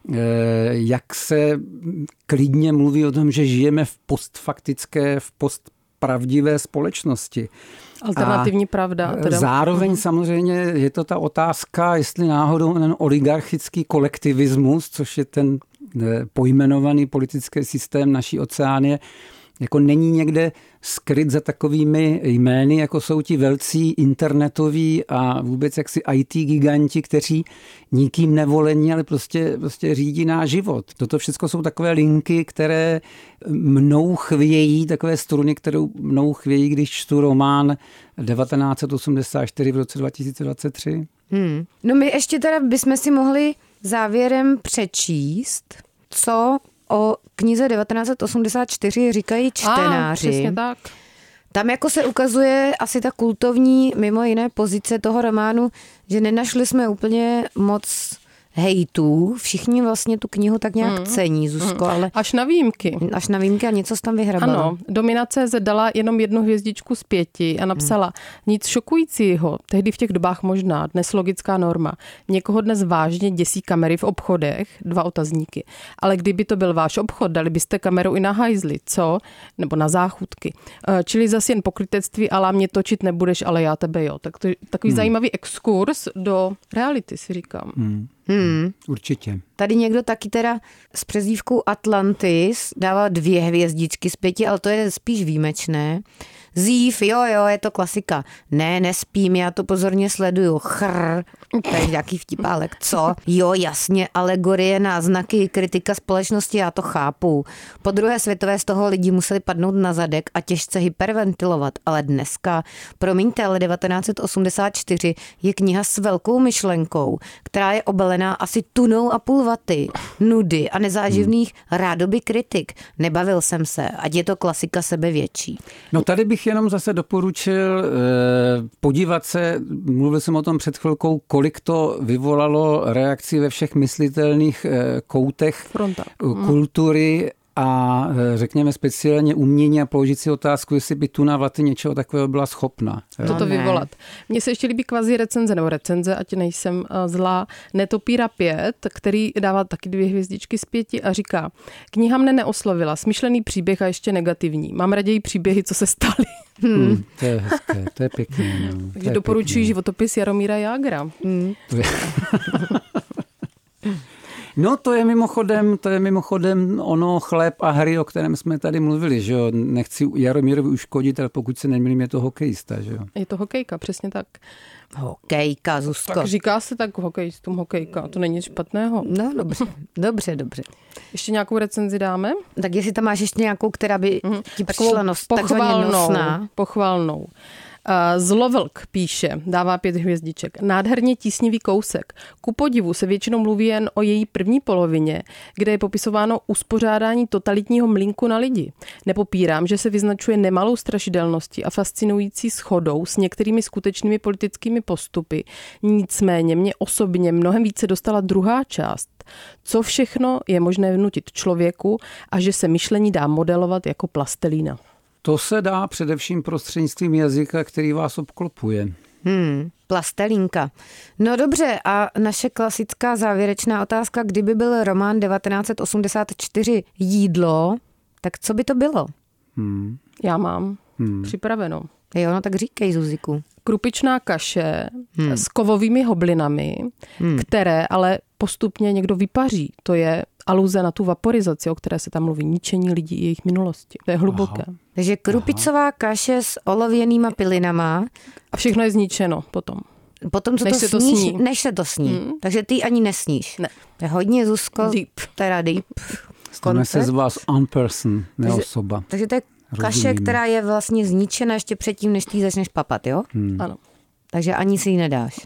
Jak se klidně mluví o tom, že žijeme v postfaktické, v postpravdivé společnosti.
Alternativní a pravda. Teda.
Zároveň samozřejmě je to ta otázka, jestli náhodou ten oligarchický kolektivismus, což je ten pojmenovaný politický systém naší oceánie, jako není někde skryt za takovými jmény, jako jsou ti velcí internetoví a vůbec jaksi í té giganti, kteří nikým nevolení, ale prostě, prostě řídí náš život. Toto všechno jsou takové linky, které mnou chvějí, takové struny, kterou mnou chvějí, když čtu román devatenáct osmdesát čtyři v roce dva tisíce dvacet tři.
Hmm. No my ještě teda bychom si mohli závěrem přečíst, co o knize devatenáct osmdesát čtyři říkají čtenáři.
A, přesně tak.
Tam jako se ukazuje asi ta kultovní, mimo jiné pozice toho románu, že nenašli jsme úplně moc hejtů. Všichni vlastně tu knihu tak nějak mm. cení, Zuzko, mm. ale...
Až na výjimky.
Až na výjimky a něco tam vyhrabalo.
Ano, Dominace dala jenom jednu hvězdičku z pěti a napsala mm. nic šokujícího, tehdy v těch dobách možná, dnes logická norma. Někoho dnes vážně děsí kamery v obchodech, dva otazníky. Ale kdyby to byl váš obchod, dali byste kameru i na hajzli, co? Nebo na záchutky. Čili zase jen pokrytectví, ale mě točit nebudeš, ale já tebe jo. Tak to je takový mm. zajímavý exkurs do reality, si říkám.
Mm.
Hmm.
Určitě.
Tady někdo taky teda s přezdívkou Atlantis dává dvě hvězdičky z pěti, ale to je spíš výjimečné. Zív, jo, jo, je to klasika. Ne, nespím, já to pozorně sleduju. Chrr, to je nějaký vtipálek. Co? Jo, jasně, alegorie, náznaky, kritika společnosti, já to chápu. Po druhé světové z toho lidi museli padnout na zadek a těžce hyperventilovat, ale dneska, promiňte, ale devatenáct osmdesát čtyři je kniha s velkou myšlenkou, která je obalená asi tunou a půl vaty, nudy a nezáživných rádoby kritik. Nebavil jsem se, ať je to klasika sebevětší.
No tady bych jenom zase doporučil eh, podívat se, mluvil jsem o tom před chvilkou, kolik to vyvolalo reakcí ve všech myslitelných eh, koutech
Fronta.
kultury a eh, řekněme speciálně umění a položit si otázku, jestli by Tuna Vaty něčeho takového byla schopna.
Co to vyvolat. Mně se ještě líbí kvazi recenze, nebo recenze, ať nejsem uh, zlá, Netopíra pět, který dává taky dvě hvězdičky z pěti a říká, kniha mne neoslovila, smyšlený příběh a ještě negativní. Mám raději příběhy, co se staly.
Hmm. Hmm, to je hezké, to je pěkné. No.
Takže doporučuji životopis Jaromíra Jágra. Hmm.
No to je mimochodem, to je mimochodem ono chléb a hry, o kterém jsme tady mluvili, že jo. Nechci Jaromírovi uškodit, ale pokud se nemýlím, je to hokejista, že jo.
Je to hokejka, přesně tak.
Hokejka, Zuzko.
Tak říká se tak hokejistům hokejka, to není nic špatného.
No dobře, dobře, dobře.
Ještě nějakou recenzi dáme?
Tak jestli tam máš ještě nějakou, která by mm, ti přišla nos, takzvaně nosná.
Pochvalnou. Zlovlk píše, dává pět hvězdiček. Nádherně tísnivý kousek. Ku podivu se většinou mluví jen o její první polovině, kde je popisováno uspořádání totalitního mlýnku na lidi. Nepopírám, že se vyznačuje nemalou strašidelností a fascinující shodou s některými skutečnými politickými postupy. Nicméně mě osobně mnohem více dostala druhá část. Co všechno je možné vnutit člověku a že se myšlení dá modelovat jako plastelína.
To se dá především prostřednictvím jazyka, který vás obklopuje.
Hmm, plastelínka. No dobře, a naše klasická závěrečná otázka, kdyby byl román devatenáct osmdesát čtyři jídlo, tak co by to bylo?
Hmm.
Já mám hmm. připraveno.
Jo, no tak říkej, Zuziku.
Krupičná kaše hmm. s kovovými hoblinami, hmm. které ale postupně někdo vypaří. To je aluze na tu vaporizaci, o které se tam mluví, ničení lidí i jejich minulosti. To je hluboké.
Aha. Takže krupicová Aha. kaše s olověnýma pilinama.
A všechno je zničeno potom.
Potom, co
než
to,
se
sníš,
to sní.
Než se to sní. Hmm. Takže ty ani nesníš.
Ne.
To je hodně, Zuzko.
Deep.
Teda deep.
Stane se z vás on-person, ne
takže,
osoba.
Takže to je kaše, Rozumím. která je vlastně zničena ještě předtím, než ty ji začneš papat, jo?
Hmm.
Ano.
Takže ani si ji nedáš.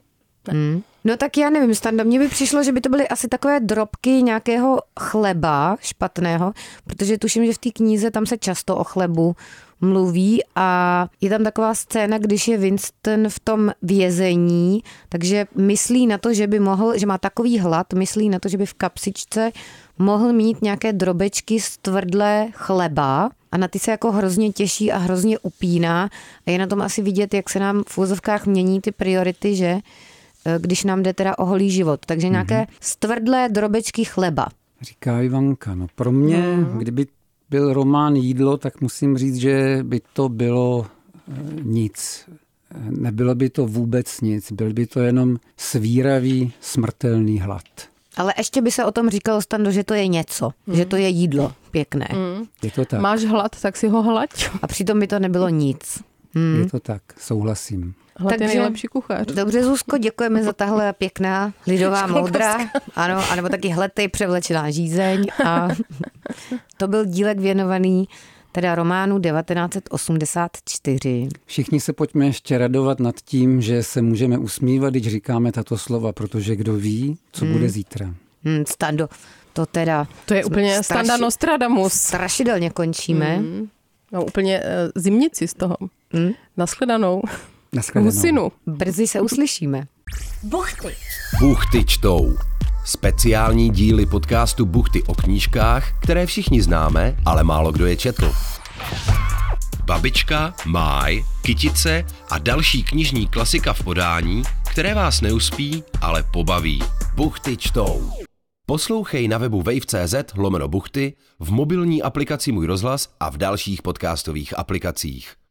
Hmm. No tak já nevím, Stando, mně by přišlo, že by to byly asi takové drobky nějakého chleba špatného, protože tuším, že v té knize tam se často o chlebu mluví a je tam taková scéna, když je Winston v tom vězení, takže myslí na to, že by mohl, že má takový hlad, myslí na to, že by v kapsičce mohl mít nějaké drobečky z tvrdlé chleba a na ty se jako hrozně těší a hrozně upíná a je na tom asi vidět, jak se nám v úzovkách mění ty priority, že když nám jde teda o holý život. Takže nějaké mm-hmm. stvrdlé drobečky chleba.
Říká Ivanka, no pro mě, mm. kdyby byl román Jídlo, tak musím říct, že by to bylo nic. Nebylo by to vůbec nic. Byl by to jenom svíravý, smrtelný hlad.
Ale ještě by se o tom říkalo, Stando, že to je něco. Mm. Že to je jídlo pěkné.
Mm.
Je to tak.
Máš hlad, tak si ho hlaď.
A přitom by to nebylo nic.
Mm. Je to tak, souhlasím.
Hlad Takže, je nejlepší kuchař.
Dobře, Zuzko, děkujeme za tahle pěkná lidová moudra. Ano, anebo taky hletej převlečená žízeň. A to byl dílek věnovaný teda románu devatenáct osmdesát čtyři.
Všichni se pojďme ještě radovat nad tím, že se můžeme usmívat, když říkáme tato slova, protože kdo ví, co hmm. bude zítra.
Hmm, Stando, to teda...
To je úplně straši, Standa Nostradamus.
Strašidelně končíme.
Hmm. No úplně uh, zimnici z toho. Hmm. Nashledanou.
Nashledanou.
Husinu.
Brzy se uslyšíme.
Buchty. Buchty čtou. Speciální díly podcastu Buchty o knížkách, které všichni známe, ale málo kdo je četl. Babička, Máj, Kytice a další knižní klasika v podání, které vás neuspí, ale pobaví. Buchty čtou. Poslouchej na webu wave tečka cé zet lomeno buchty, v mobilní aplikaci Můj rozhlas a v dalších podcastových aplikacích.